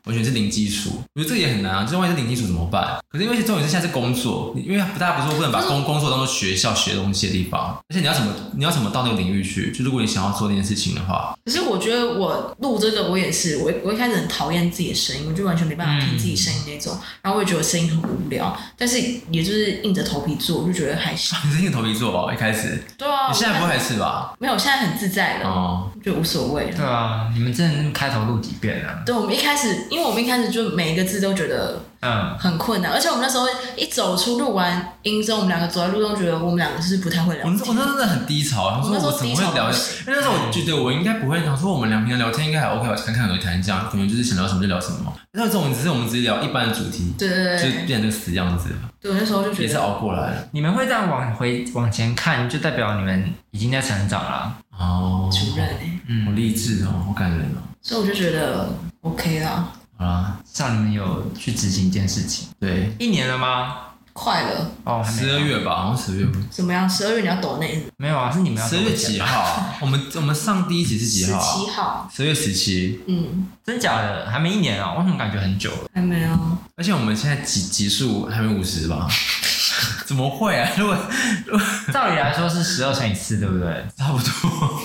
完全是零基础，我觉得这个也很难啊。就是万一是零基础怎么办？可是因为重点是现在是工作，因为大家不是说不能把工作当做学校学东西的地方，而且你要怎么到那个领域去？就如果你想要做那件事情的话， 可是我觉得我录这个，我也是，我一开始很讨厌自己的声音，我就完全没办法听自己声音那种，然后我也觉得我声音很无聊，但是也就是硬着头皮做，我就觉得还行。 你是硬着头皮做哦，一开始。 对啊。 你现在不会还是吧？ 没有，我现在很自在了，就无所谓了。 对啊，你们真的开头录几遍啊？ 对，我们一开始就每一个字都觉得很困难，而且我们那时候一走出录完音之后，我们两个走在路上，觉得我们两个是不太会聊天。 我那真的很低潮，我说我怎么会聊？因为那时候我觉得我应该不会，想说我们平常聊天应该还 OK， 我侃侃而谈这样，可能就是想聊什么就聊什么。那这种我们只是聊一般的主题， 对， 就变成这个死样子。 对，那时候就觉得也是熬过来了。 你们会这样往前看，就代表你们已经在成长了。 哦，主任好励志哦，好感人哦。 所以我就觉得 OK 啦。 好啦，至少你们有去执行一件事情。 对 ，1年了吗？ 快了哦 ，12月吧，好像12月。 怎么样？12月你要抖内？ 没有啊，是你们要。 12月几号？我们上第一集是几号 ？17号。 12月17。 真假的？还没1年啊？我怎么感觉很久了？ 还没有。 而且我们现在集数还没50吧？怎么会啊？如果照理来说是12乘以4，对不对？ 差不多。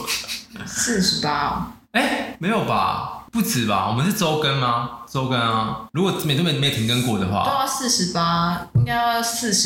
48哦。 没有吧？不止吧？我们是周更吗？周更啊！如果每周没停更过的话， 都要48，应该要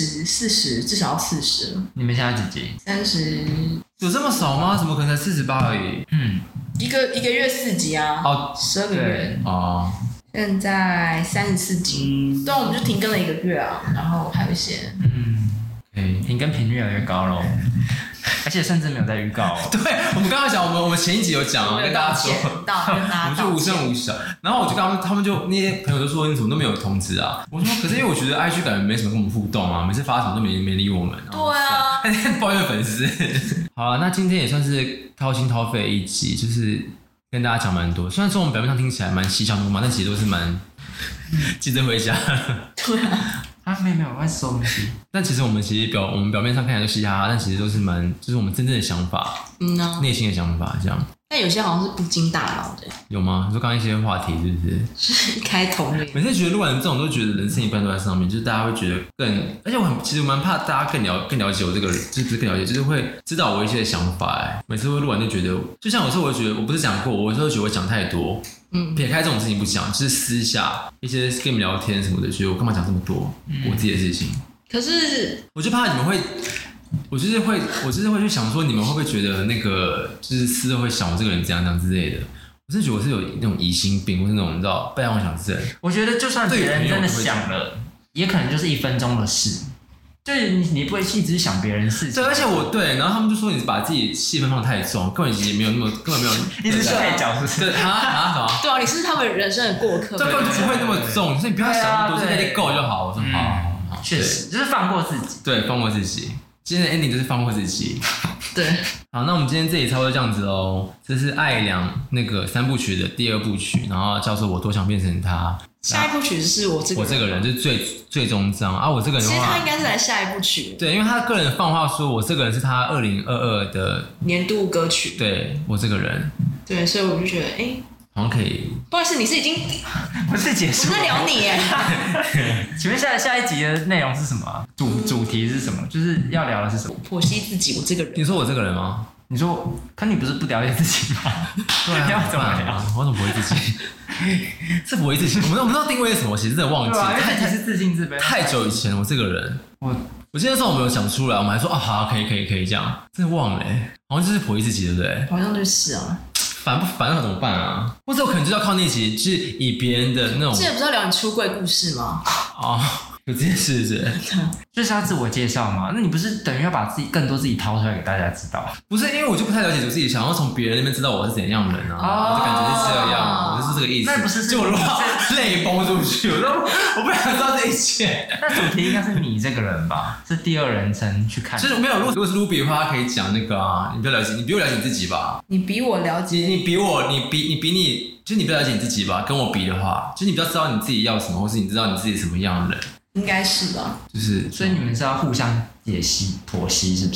40，至少要40了。 你们现在几集 ？30。 有这么少吗？怎么可能才48而已？ 一个月4集啊。12个月。现在34集，对，我们就停更了1个月啊，然后还有一些。 停更频率越来越高喽。而且甚至没有在预告哦。 对，我们刚刚讲，我们前一集有讲跟大家说，我们就无声无息。然后我就他们就那些朋友就说你怎么都没有通知啊？我说可是因为我觉得 IG 感觉没什么跟我们互动啊，每次发什么都没理我们。 对啊， 抱怨粉丝。好啊，那今天也算是掏心掏肺的一集，就是跟大家讲蛮多。虽然说我们表面上听起来蛮嬉笑怒骂，但其实都是蛮急着回家。 对啊。 没有，我在收东西。 但其实我们表面上看起来都嘻哈哈，但其实都是就是我们真正的想法，内心的想法这样。 但有些好像是不经大脑的。 有吗？你说刚刚一些话题是不是？ 是开头的。 每次觉得录完这种都觉得人生一半都在上面，就是大家会觉得而且其实我蛮怕大家更了解我这个人，就是不是更了解，就是会知道我一些想法。每次会录完就觉得，就像有时候我觉得我不是讲过，我有时候觉得我讲太多。撇开这种事情不讲，就是私下一些跟你们聊天什么的，觉得我干嘛讲这么多我自己的事情。 可是我就怕你们会，我就是会去想说，你们会不会觉得那个就是私的会想我这个人怎样之类的。我真的觉得我是有那种疑心病，或是那种你知道被妄想症。 我觉得就算别人真的想了，也可能就是1分钟的事。就是你不会一直想别人的事情。 对，而且然后他们就说你把自己戏份放得太重，根本也没有那么，根本没有。 你是配角是不是？ 对什么？ 对啊，你是他们人生的过客。 这根本不会那么重，所以你不要想那么多，就 let it go 就好。我说好， 确实就是放过自己。 对，放过自己。今天的 ending 就是放过自己。 对。 好，那我们今天这里差不多这样子喽。这是爱良那个3部曲的第2部曲，然后叫做我多想变成他。 下一部曲是我这个人，就是最终章啊。我这个人的话， 其实他应该是来下一部曲。 对，因为他个人放话说，我这个人是他2022的年度歌曲。 对，我这个人。 对，所以我就觉得， 好像可以。 不好意思，你是已经不是结束？ 我在聊你耶。 请问下一集的内容是什么？主题是什么？就是要聊的是什么？ 剖析自己，我这个人。 你说我这个人吗？ 你说，可你不是不了解自己吗？ 对啊， 要怎么聊？ 我怎么不会自己？是不会自己。我们知道定位是什么，其实真的忘记。 太是自信自卑。 太久以前，我这个人，我记得那时候我们有想出来，我们还说好，可以这样，真的忘了好像就是剖析自己，对不对？ 好像就是啊。 反那怎么办啊？或者我可能就要靠那集，就是以别人的那种。 之前不是要聊你出柜故事吗？ 有这件事是就是要自我介绍嘛？那你不是等于要把更多自己掏出来给大家知道？ 不是，因为我就不太了解我自己，想要从别人那边知道我是怎样的人啊，我就感觉是这样，我就是这个意思。 那不是就我泪崩出去，我不想知道这一切。 那主题应该是你这个人吧？是第2人称去看。 就是没有，如果是 Ruby 的话，他可以讲那个啊，你比我了解你自己吧。 你比我了解， 你比你，就是你比较了解你自己吧。跟我比的话，就是你比较知道你自己要什么，或是你知道你自己什么样的人。 应该是吧， 就是， 所以你们是要互相剖析，是不是？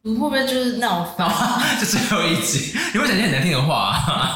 你会不会就是闹翻？ 就最后一集，你会讲些很难听的话、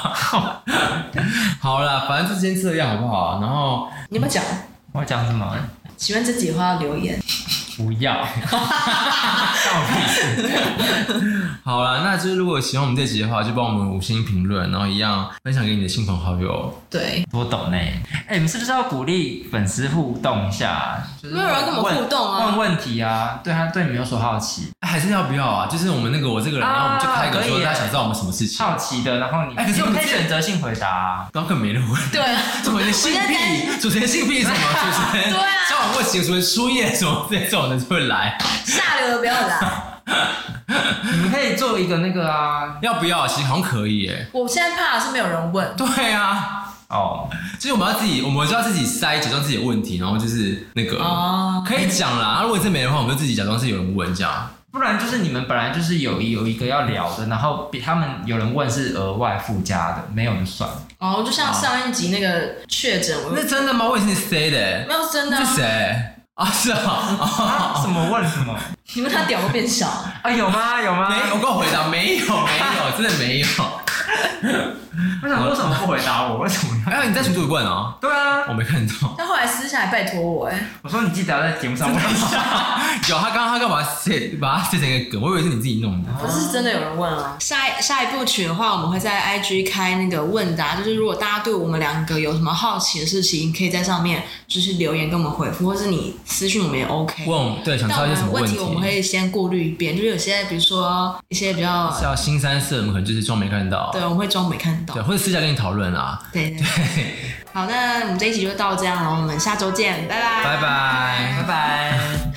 好啦，反正就今天这样好不好？然后你有没有讲？ 我讲什么？ 喜欢这集的话留言。 不要，关我屁事。 好啦，那就是如果喜欢我们这集的话，就帮我们5星评论，然后一样分享给你的亲朋好友。 对， 多抖内。你们是不是要鼓励粉丝互动一下？就是没有人跟我们互动啊， 问问题啊，对你们有所好奇， 还是要不要啊？就是我们我这个人，然后我们就开一个说大家想知道我们什么事情， 好奇的，然后你可是我们可以选择性回答啊， 然后更没人问。 对啊， 主持人性癖，主持人性癖什么？主持人对啊， 交往过几个初夜什么这种的就会来， 下流的不要来。 你们可以做一个那个啊， 要不要？其实好像可以耶。 我现在怕的是没有人问。 对啊。就是我们就要自己假装自己的问题，然后就是可以讲啦。如果真没人的话，我们就自己假装是有人问这样。 不然就是你们本来就是有一个要聊的，然后比他们有人问是额外附加的，没有就算了。 就像上一集那个确诊， 那真的吗？我也是你 say 的， 没有真的。 是谁？是啊， 什么问什么？ 你们他屌会变小啊？有吗？ 没有，我跟我回答没有，真的没有。 我想为什么不回答我？为什么？ 你在群组问啊？ 对啊， 我没看到。 他后来私下来拜托我我说你记得要在节目上问一下。 有，他刚把它写成一个梗，我以为是你自己弄的。 不是真的有人问啊。下一部曲的话，我们会在 IG 开那个问答，就是如果大家对我们2个有什么好奇的事情，可以在上面就是留言跟我们回复，或是你私讯我们也 OK。 对，想知道一些什么问题， 我们会先过滤一遍，就是有些比如说一些比较像新三色，我们可能就是装没看到。 对，我们会装没看到。 对，或者私下跟你讨论啊。 对。好，那我们这一集就到这样了，我们下周见，拜拜。 拜拜。 拜拜。